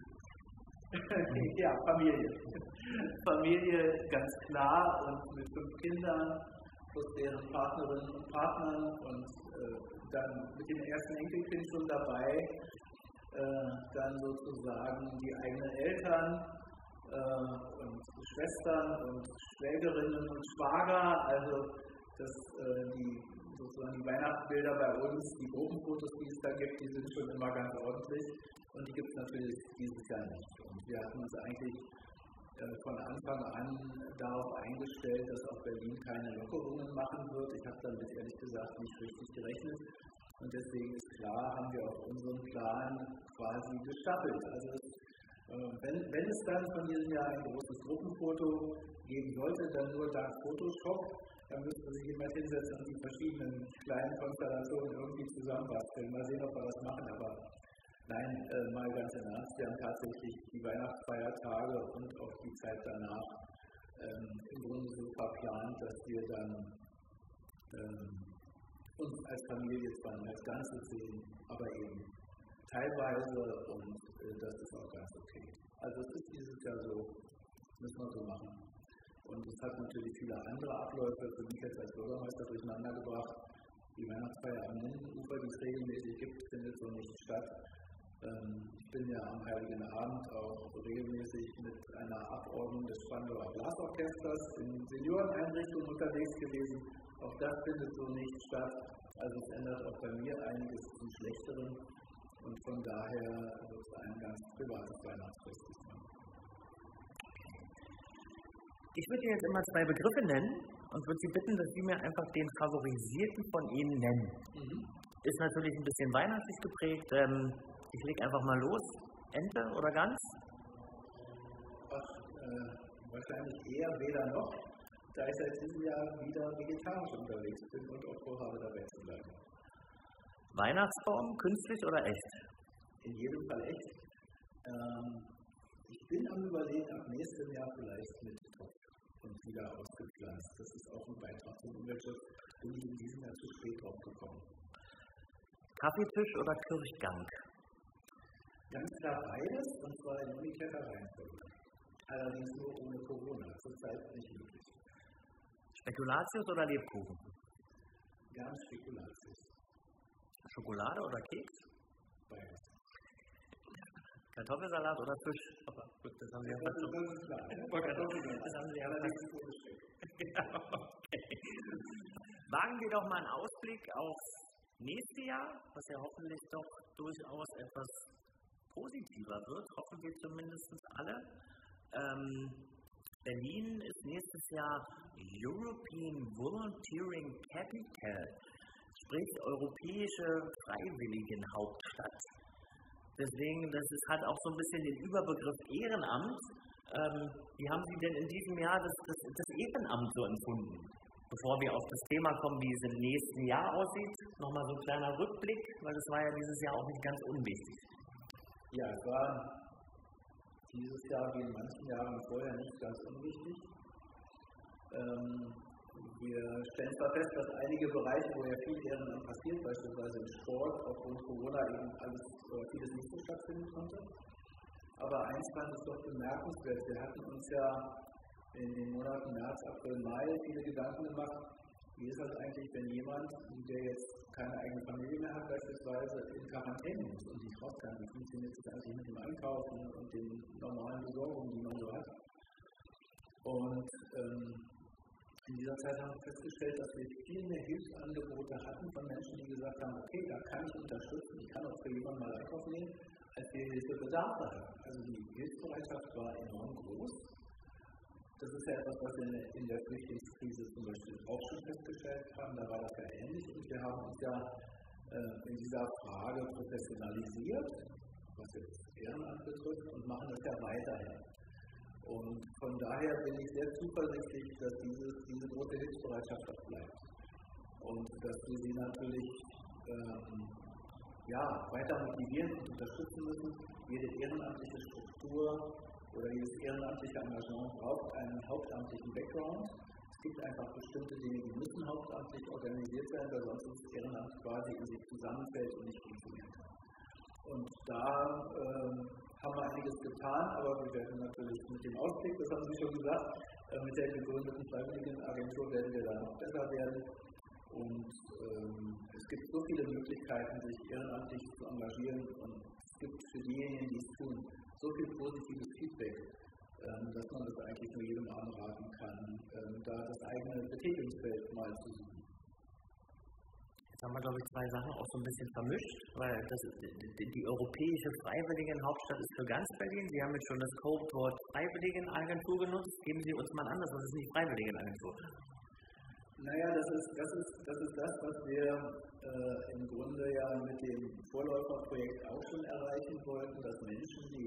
Ja, Familie. Familie ganz klar und mit fünf Kindern, plus deren Partnerinnen und Partnern und äh, dann mit dem ersten Enkelkind schon dabei, äh, dann sozusagen die eigenen Eltern äh, und Schwestern und Schwägerinnen und Schwager, also das, äh, die, sozusagen die Weihnachtsbilder bei uns, die Gruppenfotos, die es da gibt, die sind schon immer ganz ordentlich und die gibt es natürlich dieses Jahr nicht. Und wir hatten uns eigentlich von Anfang an darauf eingestellt, dass auch Berlin keine Lockerungen machen wird. Ich habe damit ehrlich gesagt nicht richtig gerechnet. Und deswegen ist klar, haben wir auch unseren Plan quasi gestaffelt. Also wenn, wenn es dann von diesem Jahr ein großes Gruppenfoto geben sollte, dann nur dank Photoshop, dann müsste sich jemand hinsetzen und die verschiedenen kleinen Konstellationen irgendwie zusammenbasteln. Mal sehen, ob wir das machen, aber nein, äh, mal ganz im Ernst, wir haben tatsächlich die Weihnachtsfeiertage und auch die Zeit danach ähm, im Grunde so verplant, dass wir dann ähm, uns als Familie zwar nicht als Ganze sehen, aber eben teilweise und äh, das ist auch ganz okay. Also es ist dieses Jahr so, müssen wir so machen. Und es hat natürlich viele andere Abläufe für mich jetzt als Bürgermeister durcheinander gebracht. Die Weihnachtsfeier am Lindenufer, die es regelmäßig gibt, findet so nicht statt. Ich bin ja am Heiligen Abend auch regelmäßig mit einer Abordnung des Spandauer Blasorchesters in Senioreneinrichtungen unterwegs gewesen. Auch das findet so nicht statt. Also es ändert auch bei mir einiges zum Schlechteren. Und von daher wird es ein ganz privates Weihnachtsfest sein. Ich würde jetzt immer zwei Begriffe nennen und würde Sie bitten, dass Sie mir einfach den favorisierten von Ihnen nennen. Mhm. Ist natürlich ein bisschen weihnachtlich geprägt. Ähm, ich lege einfach mal los. Ente oder Gans? Ach, äh, wahrscheinlich eher weder noch, da ich seit diesem Jahr wieder vegetarisch unterwegs bin und auch vorhabe, dabei zu bleiben. Weihnachtsbaum, künstlich oder echt? In jedem Fall echt. Ähm, ich bin am Überlegen, ab nächstem Jahr vielleicht mit Topf und wieder ausgepflanzt. Das ist auch ein Beitrag zum Umweltschutz. Bin ich in diesem Jahr zu spät drauf gekommen. Kaffeetisch oder Kirchgang? Ganz klar beides, und zwar in umgekehrter Reihenfolge. Allerdings nur ohne Corona, zurzeit nicht möglich. Spekulatius oder Lebkuchen? Ganz Spekulatius. Schokolade oder Keks? Beides. Kartoffelsalat oder Fisch? Aber gut, das haben Sie ja fast schon. Das ist klar. Das haben Sie ja fast. Genau, okay. Wagen wir doch mal einen Ausblick auf nächstes Jahr, was ja hoffentlich doch durchaus etwas positiver wird, hoffen wir zumindest alle. Ähm, Berlin ist nächstes Jahr European Volunteering Capital, sprich europäische Freiwilligenhauptstadt. Deswegen, das ist, hat auch so ein bisschen den Überbegriff Ehrenamt. Ähm, wie haben Sie denn in diesem Jahr das, das, das Ehrenamt so empfunden? Bevor wir auf das Thema kommen, wie es im nächsten Jahr aussieht, nochmal so ein kleiner Rückblick, weil das war ja dieses Jahr auch nicht ganz unwichtig. Ja, es war dieses Jahr wie in manchen Jahren vorher nicht ganz unwichtig. Ähm, wir stellen zwar fest, dass einige Bereiche, wo ja viel Ehrenamt passiert, beispielsweise im Sport, aufgrund Corona eben alles oder vieles nicht so stattfinden konnte. Aber eins fand ich doch bemerkenswert. Wir hatten uns ja in den Monaten März, April, Mai viele Gedanken gemacht, wie ist das eigentlich, wenn jemand, der jetzt keine eigene Familie mehr hat, beispielsweise in Quarantäne muss und nicht raus kann. Wie funktioniert das eigentlich mit dem Einkaufen und den normalen Besorgungen, die man so hat? Und ähm, in dieser Zeit haben wir festgestellt, dass wir viel mehr Hilfsangebote hatten von Menschen, die gesagt haben, okay, da kann ich unterstützen, ich kann auch für jemanden mal einkaufen gehen, als wir Hilfebedarf hatten. Also die Hilfsbereitschaft war enorm groß. Das ist ja etwas, was wir in der Flüchtlingskrise zum Beispiel auch schon festgestellt haben, da war das ja ähnlich und wir haben uns ja äh, in dieser Frage professionalisiert, was jetzt Ehrenamt betrifft, und machen das ja weiterhin. Und von daher bin ich sehr zuversichtlich, dass dieses, diese große Hilfsbereitschaft auch bleibt. Und dass wir sie natürlich ähm, ja, weiter motivieren und unterstützen müssen. Jede ehrenamtliche Struktur oder jedes ehrenamtliche Engagement braucht einen hauptamtlichen Background. Es gibt einfach bestimmte Dinge, die müssen hauptamtlich organisiert sein, weil sonst das Ehrenamt quasi in sich zusammenfällt und nicht funktionieren kann. Und da ähm, haben wir einiges getan, aber wir werden natürlich mit dem Ausblick, das haben Sie schon gesagt, äh, mit der gegründeten Freiwilligenagentur werden wir da noch besser werden. Und ähm, es gibt so viele Möglichkeiten, sich ehrenamtlich zu engagieren, und es gibt für diejenigen, die es tun, so viel positives Feedback, ähm, dass man das eigentlich nur jedem anraten kann, ähm, da das eigene Betätigungsfeld mal zu suchen. Jetzt haben wir, glaube ich, zwei Sachen auch so ein bisschen vermischt, weil das, die, die europäische Freiwilligenhauptstadt ist für ganz Berlin. Sie haben jetzt schon das Codewort Freiwilligenagentur genutzt. Geben Sie uns mal an, das ist nicht Freiwilligenagentur. Naja, das ist das, ist, das, ist das was wir äh, im Grunde ja mit dem Vorläuferprojekt auch schon erreichen wollten, dass Menschen, die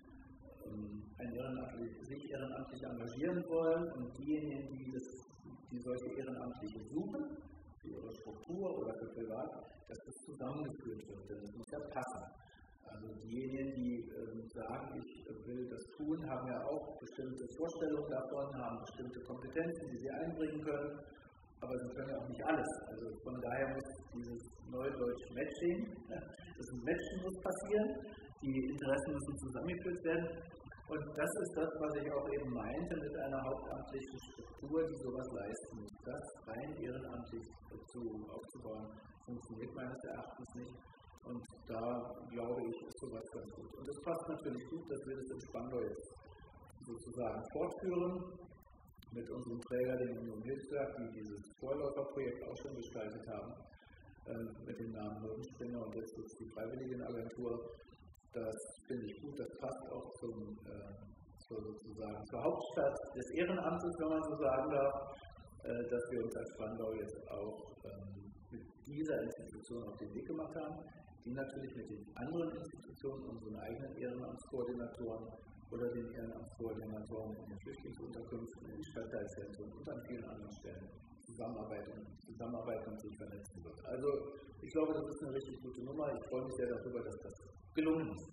ähm, ein ehrenamtlich, sich ehrenamtlich engagieren wollen, und diejenigen, die, das, die solche Ehrenamtliche suchen, für ihre Struktur oder für privat, dass das zusammengeführt wird, denn das muss ja passen. Also diejenigen, die ähm, sagen, ich will das tun, haben ja auch bestimmte Vorstellungen davon, haben bestimmte Kompetenzen, die sie einbringen können. Aber sie können ja auch nicht alles. Also von daher muss dieses neudeutsch Matching, das Matchen muss passieren, die Interessen müssen zusammengeführt werden. Und das ist das, was ich auch eben meinte mit einer hauptamtlichen Struktur, die sowas leisten muss. Das rein ehrenamtlich dazu aufzubauen, funktioniert meines Erachtens nicht. Und da glaube ich, ist sowas ganz gut. Und es passt natürlich gut, dass wir das in Spandau jetzt sozusagen fortführen. Mit unserem Träger, dem Union Hilfswerk, die dieses Vorläuferprojekt auch schon gestaltet haben, äh, mit dem Namen Hirnspringer, und jetzt ist die Freiwilligenagentur. Das finde ich gut, das passt auch zum, äh, zur, sozusagen zur Hauptstadt des Ehrenamtes, wenn man so sagen darf, äh, dass wir uns als Spandau jetzt auch ähm, mit dieser Institution auf den Weg gemacht haben, die natürlich mit den anderen Institutionen, unseren eigenen Ehrenamtskoordinatoren oder den Ehrenamtskoordinatoren in den Flüchtlingsunterkünften, in den Stadtteilzentren und an vielen anderen Stellen zusammenarbeiten, zusammenarbeiten und sich vernetzen wird. Also ich glaube, das ist eine richtig gute Nummer. Ich freue mich sehr darüber, dass das gelungen ist.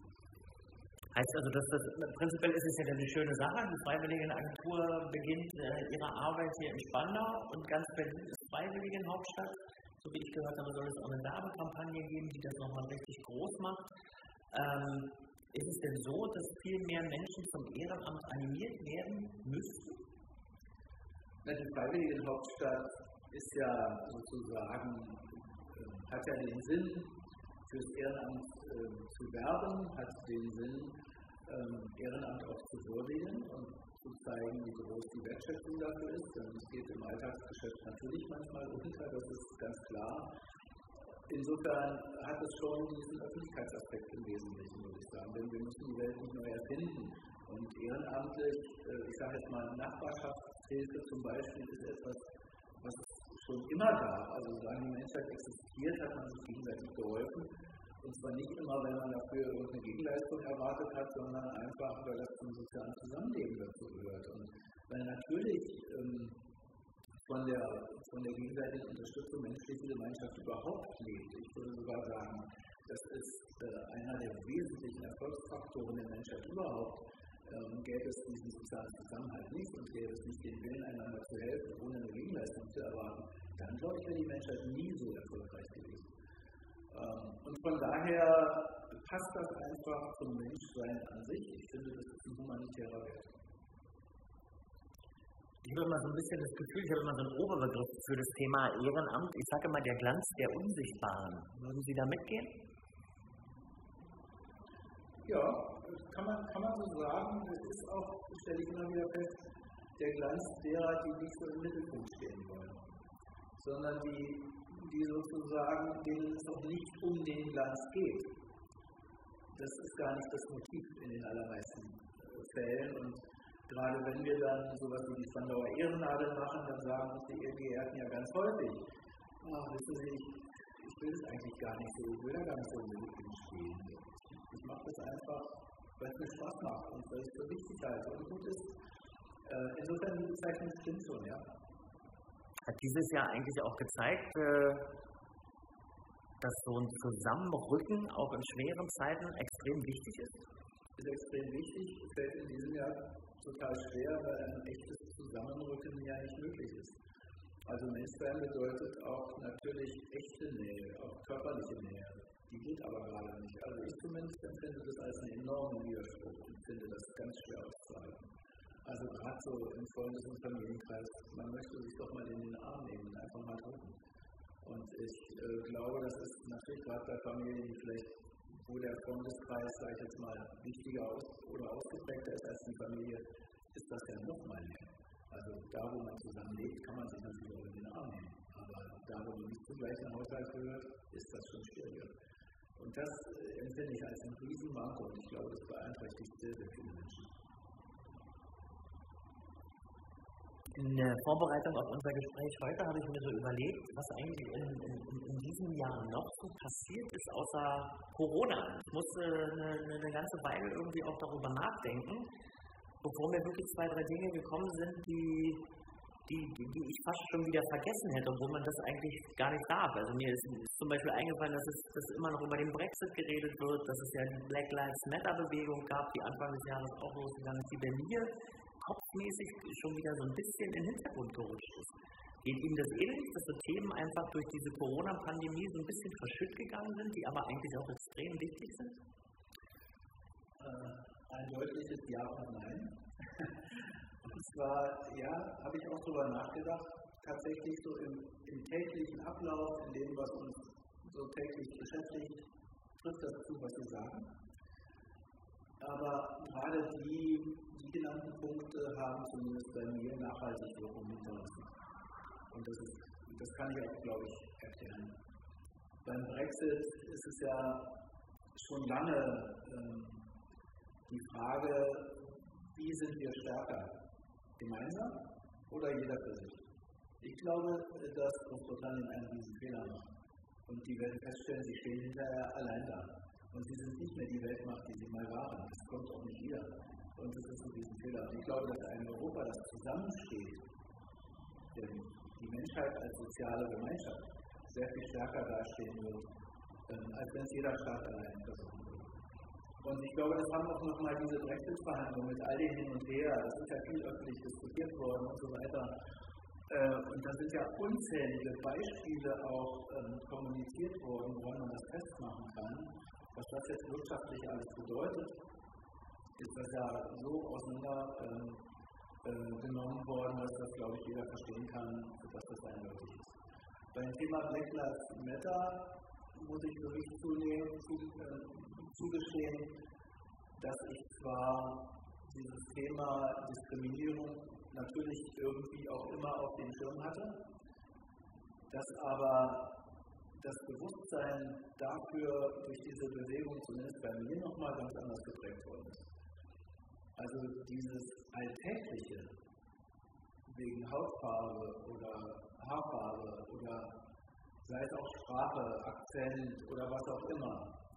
Heißt also, dass das, prinzipiell ist es ja eine schöne Sache. Die Freiwilligenagentur beginnt äh, ihre Arbeit hier in Spandau und ganz Berlin ist Freiwilligenhauptstadt. So wie ich gehört habe, soll es auch eine Werbekampagne geben, die das nochmal richtig groß macht. Ähm, Ist es denn so, dass viel mehr Menschen zum Ehrenamt animiert werden müssten? Na, die Freiwilligenhauptstadt ist ja sozusagen, äh, hat ja den Sinn, fürs Ehrenamt äh, zu werben, hat den Sinn, ähm, Ehrenamt auch zu würdigen und zu zeigen, wie groß die Wertschätzung dafür ist. Denn es geht im Alltagsgeschäft natürlich manchmal unter, das ist ganz klar. Insofern hat es schon diesen Öffentlichkeitsaspekt im Wesentlichen, würde ich sagen, denn wir müssen die Welt nicht neu erfinden. Und ehrenamtlich, äh, ich sage jetzt mal, Nachbarschaftshilfe zum Beispiel ist etwas, was schon immer gab. Also solange die Menschheit existiert, hat man sich gegenseitig geholfen. Und zwar nicht immer, wenn man dafür irgendeine Gegenleistung erwartet hat, sondern einfach, weil das zum sozialen Zusammenleben dazu gehört. Und weil natürlich ähm, von, der, von der gegenseitigen Unterstützung menschliche Gemeinschaft überhaupt lebt. Ich würde sogar sagen, das ist äh, einer der wesentlichen Erfolgsfaktoren der Menschheit überhaupt. Ähm, gäbe es diesen sozialen Zusammenhalt nicht und gäbe es nicht den Willen, einander zu helfen, ohne eine Gegenleistung zu erwarten, dann glaube ich, wäre die Menschheit nie so erfolgreich gewesen. Ähm, und von daher passt das einfach zum Menschsein an sich. Ich finde, das ist ein humanitärer Wert. Ich habe immer so ein bisschen das Gefühl, ich habe immer so einen Oberbegriff für das Thema Ehrenamt. Ich sage immer, der Glanz der Unsichtbaren. Würden Sie da mitgehen? Ja, kann man, kann man so sagen. Das ist auch, stelle ich immer wieder fest, der Glanz derer, die nicht so im Mittelpunkt stehen wollen, sondern die, die sozusagen, denen es auch nicht um den Glanz geht. Das ist gar nicht das Motiv in den allermeisten Fällen. Und gerade wenn wir dann sowas wie die Spandauer Ehrennadel machen, dann sagen uns die Ehrgeehrten ja ganz häufig, ach, wissen Sie, ich, ich will es eigentlich gar nicht so, ich will da gar nicht so im Mittelpunkt stehen. Ich mache das einfach, weil es mir Spaß macht und weil es für wichtig halte und gut ist. Äh, insofern die Bezeichnung stimmt schon, ja. Hat dieses Jahr eigentlich auch gezeigt, dass so ein Zusammenrücken auch in schweren Zeiten extrem wichtig ist? Ist extrem wichtig, fällt in diesem Jahr total schwer, weil ein echtes Zusammenrücken ja nicht möglich ist. Also Menschsein bedeutet auch natürlich echte Nähe, auch körperliche Nähe. Die geht aber gerade nicht. Also ich zumindest empfinde das als einen enormen Widerspruch und finde das ganz schwer auszuhalten. Also gerade so im Freundes- und Familienkreis, man möchte sich doch mal in den Arm nehmen und einfach mal drücken. Und ich äh, glaube, das ist natürlich gerade bei Familien, die vielleicht, wo der Freundeskreis, sage ich jetzt mal, wichtiger aus oder ausgeprägter ist als die Familie, ist das ja noch mal mehr. Also da, wo man zusammenlebt, kann man sich natürlich auch in den Arm nehmen. Aber da, wo man nicht zum gleichen Haushalt gehört, ist das schon schwieriger. Und das äh, empfinde ich als ein Riesenmanko und ich glaube, das beeinträchtigt sehr, sehr viele Menschen. In der Vorbereitung auf unser Gespräch heute habe ich mir so überlegt, was eigentlich in, in, in diesem Jahr noch so passiert ist, außer Corona. Ich musste eine, eine ganze Weile irgendwie auch darüber nachdenken, bevor mir wirklich zwei, drei Dinge gekommen sind, die, die, die, die ich fast schon wieder vergessen hätte, obwohl man das eigentlich gar nicht darf. Also mir ist, ist zum Beispiel eingefallen, dass es dass immer noch über den Brexit geredet wird, dass es ja die Black Lives Matter Bewegung gab, die Anfang des Jahres auch losgegangen ist, die bei mir kopfmäßig schon wieder so ein bisschen in den Hintergrund gerutscht ist. Geht Ihnen das ähnlich, dass so Themen einfach durch diese Corona-Pandemie so ein bisschen verschütt gegangen sind, die aber eigentlich auch extrem wichtig sind? Äh, ein deutliches Ja und Nein. Und zwar, ja, habe ich auch darüber nachgedacht, tatsächlich so im, im täglichen Ablauf, in dem, was uns so täglich beschäftigt, trifft das zu, was Sie sagen. Aber gerade die, die genannten Punkte haben zumindest bei mir nachhaltig Wirkung hinterlassen. Und das, ist, das kann ich auch, glaube ich, erklären. Beim Brexit ist es ja schon lange ähm, die Frage, wie sind wir stärker? Gemeinsam oder jeder für sich? Ich glaube, dass Großbritannien einen riesen Fehler macht. Und die werden feststellen, sie stehen hinterher allein da. Und sie sind nicht mehr die Weltmacht, die sie mal waren. Das kommt auch nicht wieder. Und das ist ein Riesenfehler. Und ich glaube, dass ein Europa, das zusammensteht, denn die Menschheit als soziale Gemeinschaft sehr viel stärker dastehen wird, als wenn es jeder Staat allein versuchen würde. Und ich glaube, das haben auch nochmal diese Brexit-Verhandlungen mit all dem Hin und Her. Das ist ja viel öffentlich diskutiert worden und so weiter. Und da sind ja unzählige Beispiele auch kommuniziert worden, woran man das festmachen kann. Was das jetzt wirtschaftlich alles bedeutet, ist das ja so auseinander ähm, äh, genommen worden, dass das, glaube ich, jeder verstehen kann, dass das eindeutig ist. Beim Thema Black Lives Matter muss ich wirklich zunehmen, zu, äh, zugestehen, dass ich zwar dieses Thema Diskriminierung natürlich irgendwie auch immer auf dem Schirm hatte, dass aber das Bewusstsein dafür durch diese Bewegung zumindest bei mir nochmal ganz anders geprägt worden ist. Also dieses Alltägliche, wegen Hautfarbe oder Haarfarbe oder sei es auch Sprache, Akzent oder was auch immer,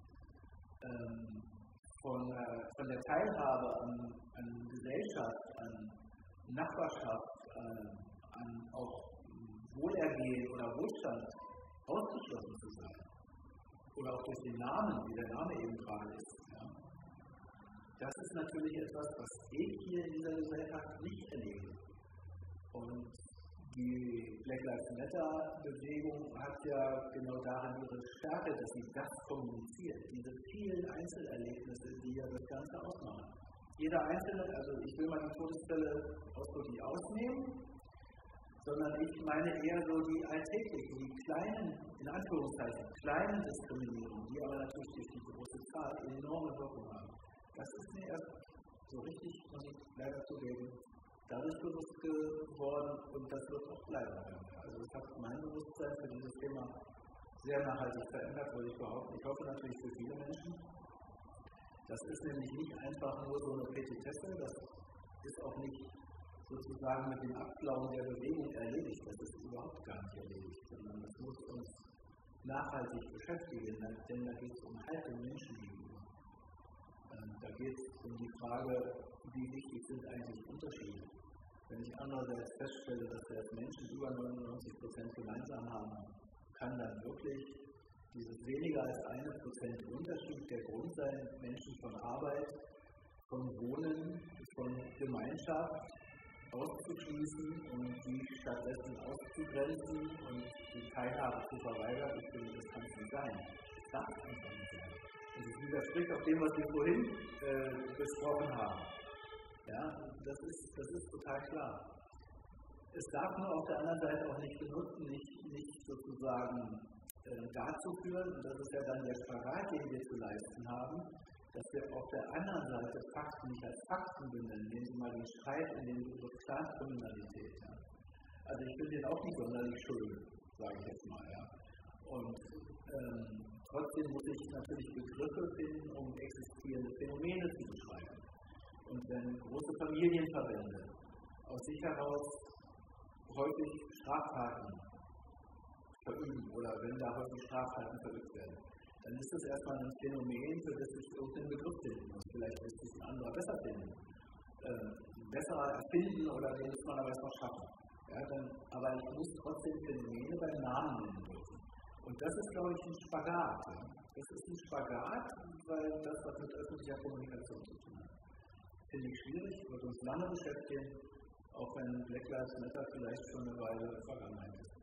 ähm, von, äh, von der Teilhabe an, an Gesellschaft, an Nachbarschaft, an, an auch Wohlergehen oder Wohlstand ausgeschlossen zu sein. Oder auch durch den Namen, wie der Name eben gerade ist. Ja. Das ist natürlich etwas, was ich hier in dieser Gesellschaft nicht erlebe. Und die Black Lives Matter-Bewegung hat ja genau darin ihre Stärke, dass sie das kommuniziert. Diese vielen Einzelerlebnisse, die ja das Ganze ausmachen. Jeder Einzelne, also ich will mal die Todesfälle ausdrücklich ausnehmen, sondern ich meine eher so die alltäglichen, die kleinen, in Anführungszeichen, kleinen Diskriminierungen, die aber natürlich durch die große Zahl enorme Wirkung haben. Das ist mir erst so richtig, muss ich leider zugeben, dadurch bewusst geworden und das wird auch bleiben. Also es hat mein Bewusstsein für dieses Thema sehr nachhaltig verändert, würde ich behaupten. Ich hoffe natürlich für viele Menschen. Das ist nämlich nicht einfach nur so eine Petitesse, das ist auch nicht sozusagen mit dem Abflauen der Bewegung erledigt, das ist überhaupt gar nicht erledigt, sondern das muss uns nachhaltig beschäftigen, denn da geht es um Haltung Menschen gegenüber. Da geht es um die Frage, wie wichtig sind eigentlich Unterschiede. Wenn ich andererseits feststelle, dass wir als Menschen über neunundneunzig Prozent gemeinsam haben, kann dann wirklich dieses weniger als eine Prozent Unterschied der Grund sein, Menschen von Arbeit, von Wohnen, von Gemeinschaft auszuschließen und die stattdessen auszugrenzen und die Teilhabe zu verweigern. Ich finde, das kann es nicht sein. Das darf einfach nicht sein. Und das widerspricht auch dem, was wir vorhin äh, besprochen haben. Ja, das ist, das ist total klar. Es darf nur auf der anderen Seite auch nicht benutzen, nicht, nicht sozusagen äh, dazu führen, und das ist ja dann der Spagat, den wir zu leisten haben, dass wir auf der anderen Seite Fakten nicht als Fakten benennen. Nehmen Sie mal den Streit in den Sozialkriminalität. Ja. Also ich finde den auch nicht sonderlich schön, sage ich jetzt mal. Ja. Und ähm, trotzdem muss ich natürlich Begriffe finden, um existierende Phänomene zu beschreiben. Und wenn große Familienverbände aus sich heraus häufig Straftaten verüben oder wenn da häufig Straftaten verübt werden, dann ist das erstmal ein Phänomen, für das ich irgendeinen Begriff finden muss. Vielleicht ist es ein anderer besser finden, äh, besser erfinden oder den muss man aber erstmal schaffen. Ja, dann, aber ich muss trotzdem Phänomene beim Namen nennen dürfen. Und das ist, glaube ich, ein Spagat. Ja. Das ist ein Spagat, weil das was mit öffentlicher Kommunikation zu tun hat. Finde ich schwierig, wird uns lange beschäftigen, auch wenn Black Lives Matter vielleicht schon eine Weile Vergangenheit ist.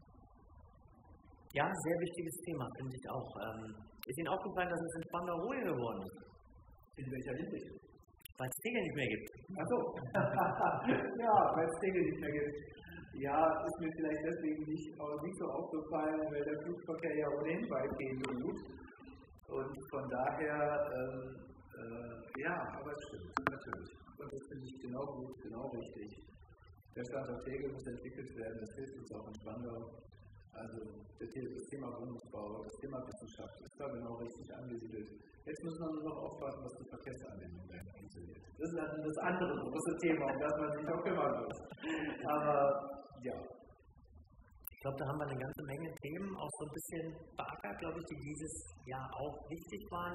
Ja, sehr wichtiges Thema, finde ich auch. Ähm, ist Ihnen aufgefallen, dass es in Spandau ruhig geworden ist? In welcher Hinsicht? Weil es Tegel nicht mehr gibt. Achso. Ja, weil es Tegel nicht mehr gibt. Ja, ist mir vielleicht deswegen nicht, nicht so aufgefallen, weil der Flugverkehr ja ohnehin weitgehend ruht. Und von daher, ähm, äh, ja, aber es stimmt, natürlich. Und das finde ich genau gut, genau richtig. Der Standort Tegel muss entwickelt werden, das hilft uns auch in Spandau. Also das Thema Wohnungsbau, das Thema Wissenschaft ist da genau richtig angesiedelt. Jetzt müssen wir nur noch aufpassen, was die Verkehrsanwendung dahin funktioniert. Das ist dann das andere große Thema, um das man sich auch kümmern muss. Aber ja. Ich glaube, da haben wir eine ganze Menge Themen auch so ein bisschen beackert, glaube ich, die dieses Jahr auch wichtig waren.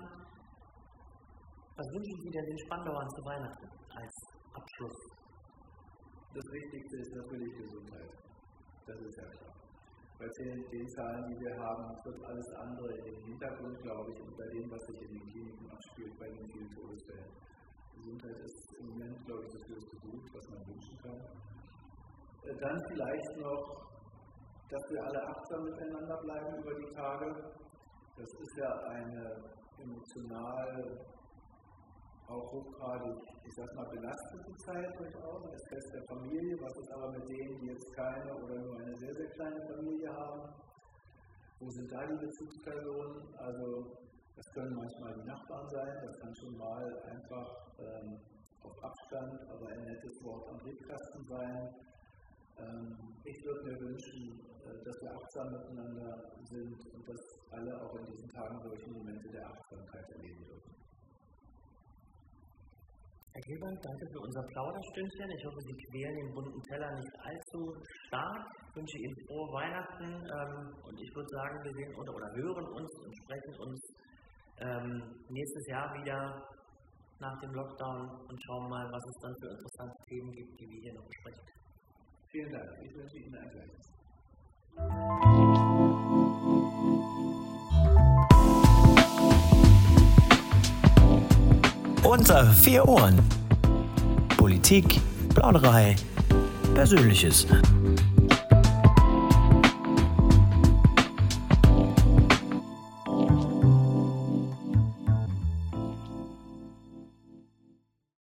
Was wünschen Sie denn den Spandauern zu Weihnachten als Abschluss? Das Wichtigste ist natürlich Gesundheit. Das ist ja klar. Bei den, den Zahlen, die wir haben, wird alles andere im Hintergrund, glaube ich, und bei dem, was sich in den Kliniken abspielt, bei den vielen Todesfällen. Gesundheit ist im Moment, glaube ich, das höchste Gut, was man wünschen kann. Dann vielleicht noch, dass wir alle achtsam miteinander bleiben über die Tage. Das ist ja eine emotional auch hochgradig, ich sag mal, belastete Zeit durchaus, das Fest der Familie, was ist aber mit denen, die jetzt keine oder nur eine sehr, sehr kleine Familie haben. Wo sind da die Bezugspersonen? Also das können manchmal die Nachbarn sein, das kann schon mal einfach ähm, auf Abstand, aber ein nettes Wort am Briefkasten sein. Ähm, ich würde mir wünschen, äh, dass wir achtsam miteinander sind und dass alle auch in diesen Tagen solche Momente der Achtsamkeit erleben dürfen. Herr Gilbert, danke für unser Plauderstündchen. Ich hoffe, Sie quälen den bunten Teller nicht allzu stark. Ich wünsche Ihnen frohe Weihnachten ähm, und ich würde sagen, wir sehen uns oder hören uns und sprechen uns ähm, nächstes Jahr wieder nach dem Lockdown und schauen mal, was es dann für interessante Themen gibt, die wir hier noch besprechen. Vielen Dank. Ich wünsche Ihnen ein Gleiches. Unter vier Ohren. Politik, Plauderei, Persönliches.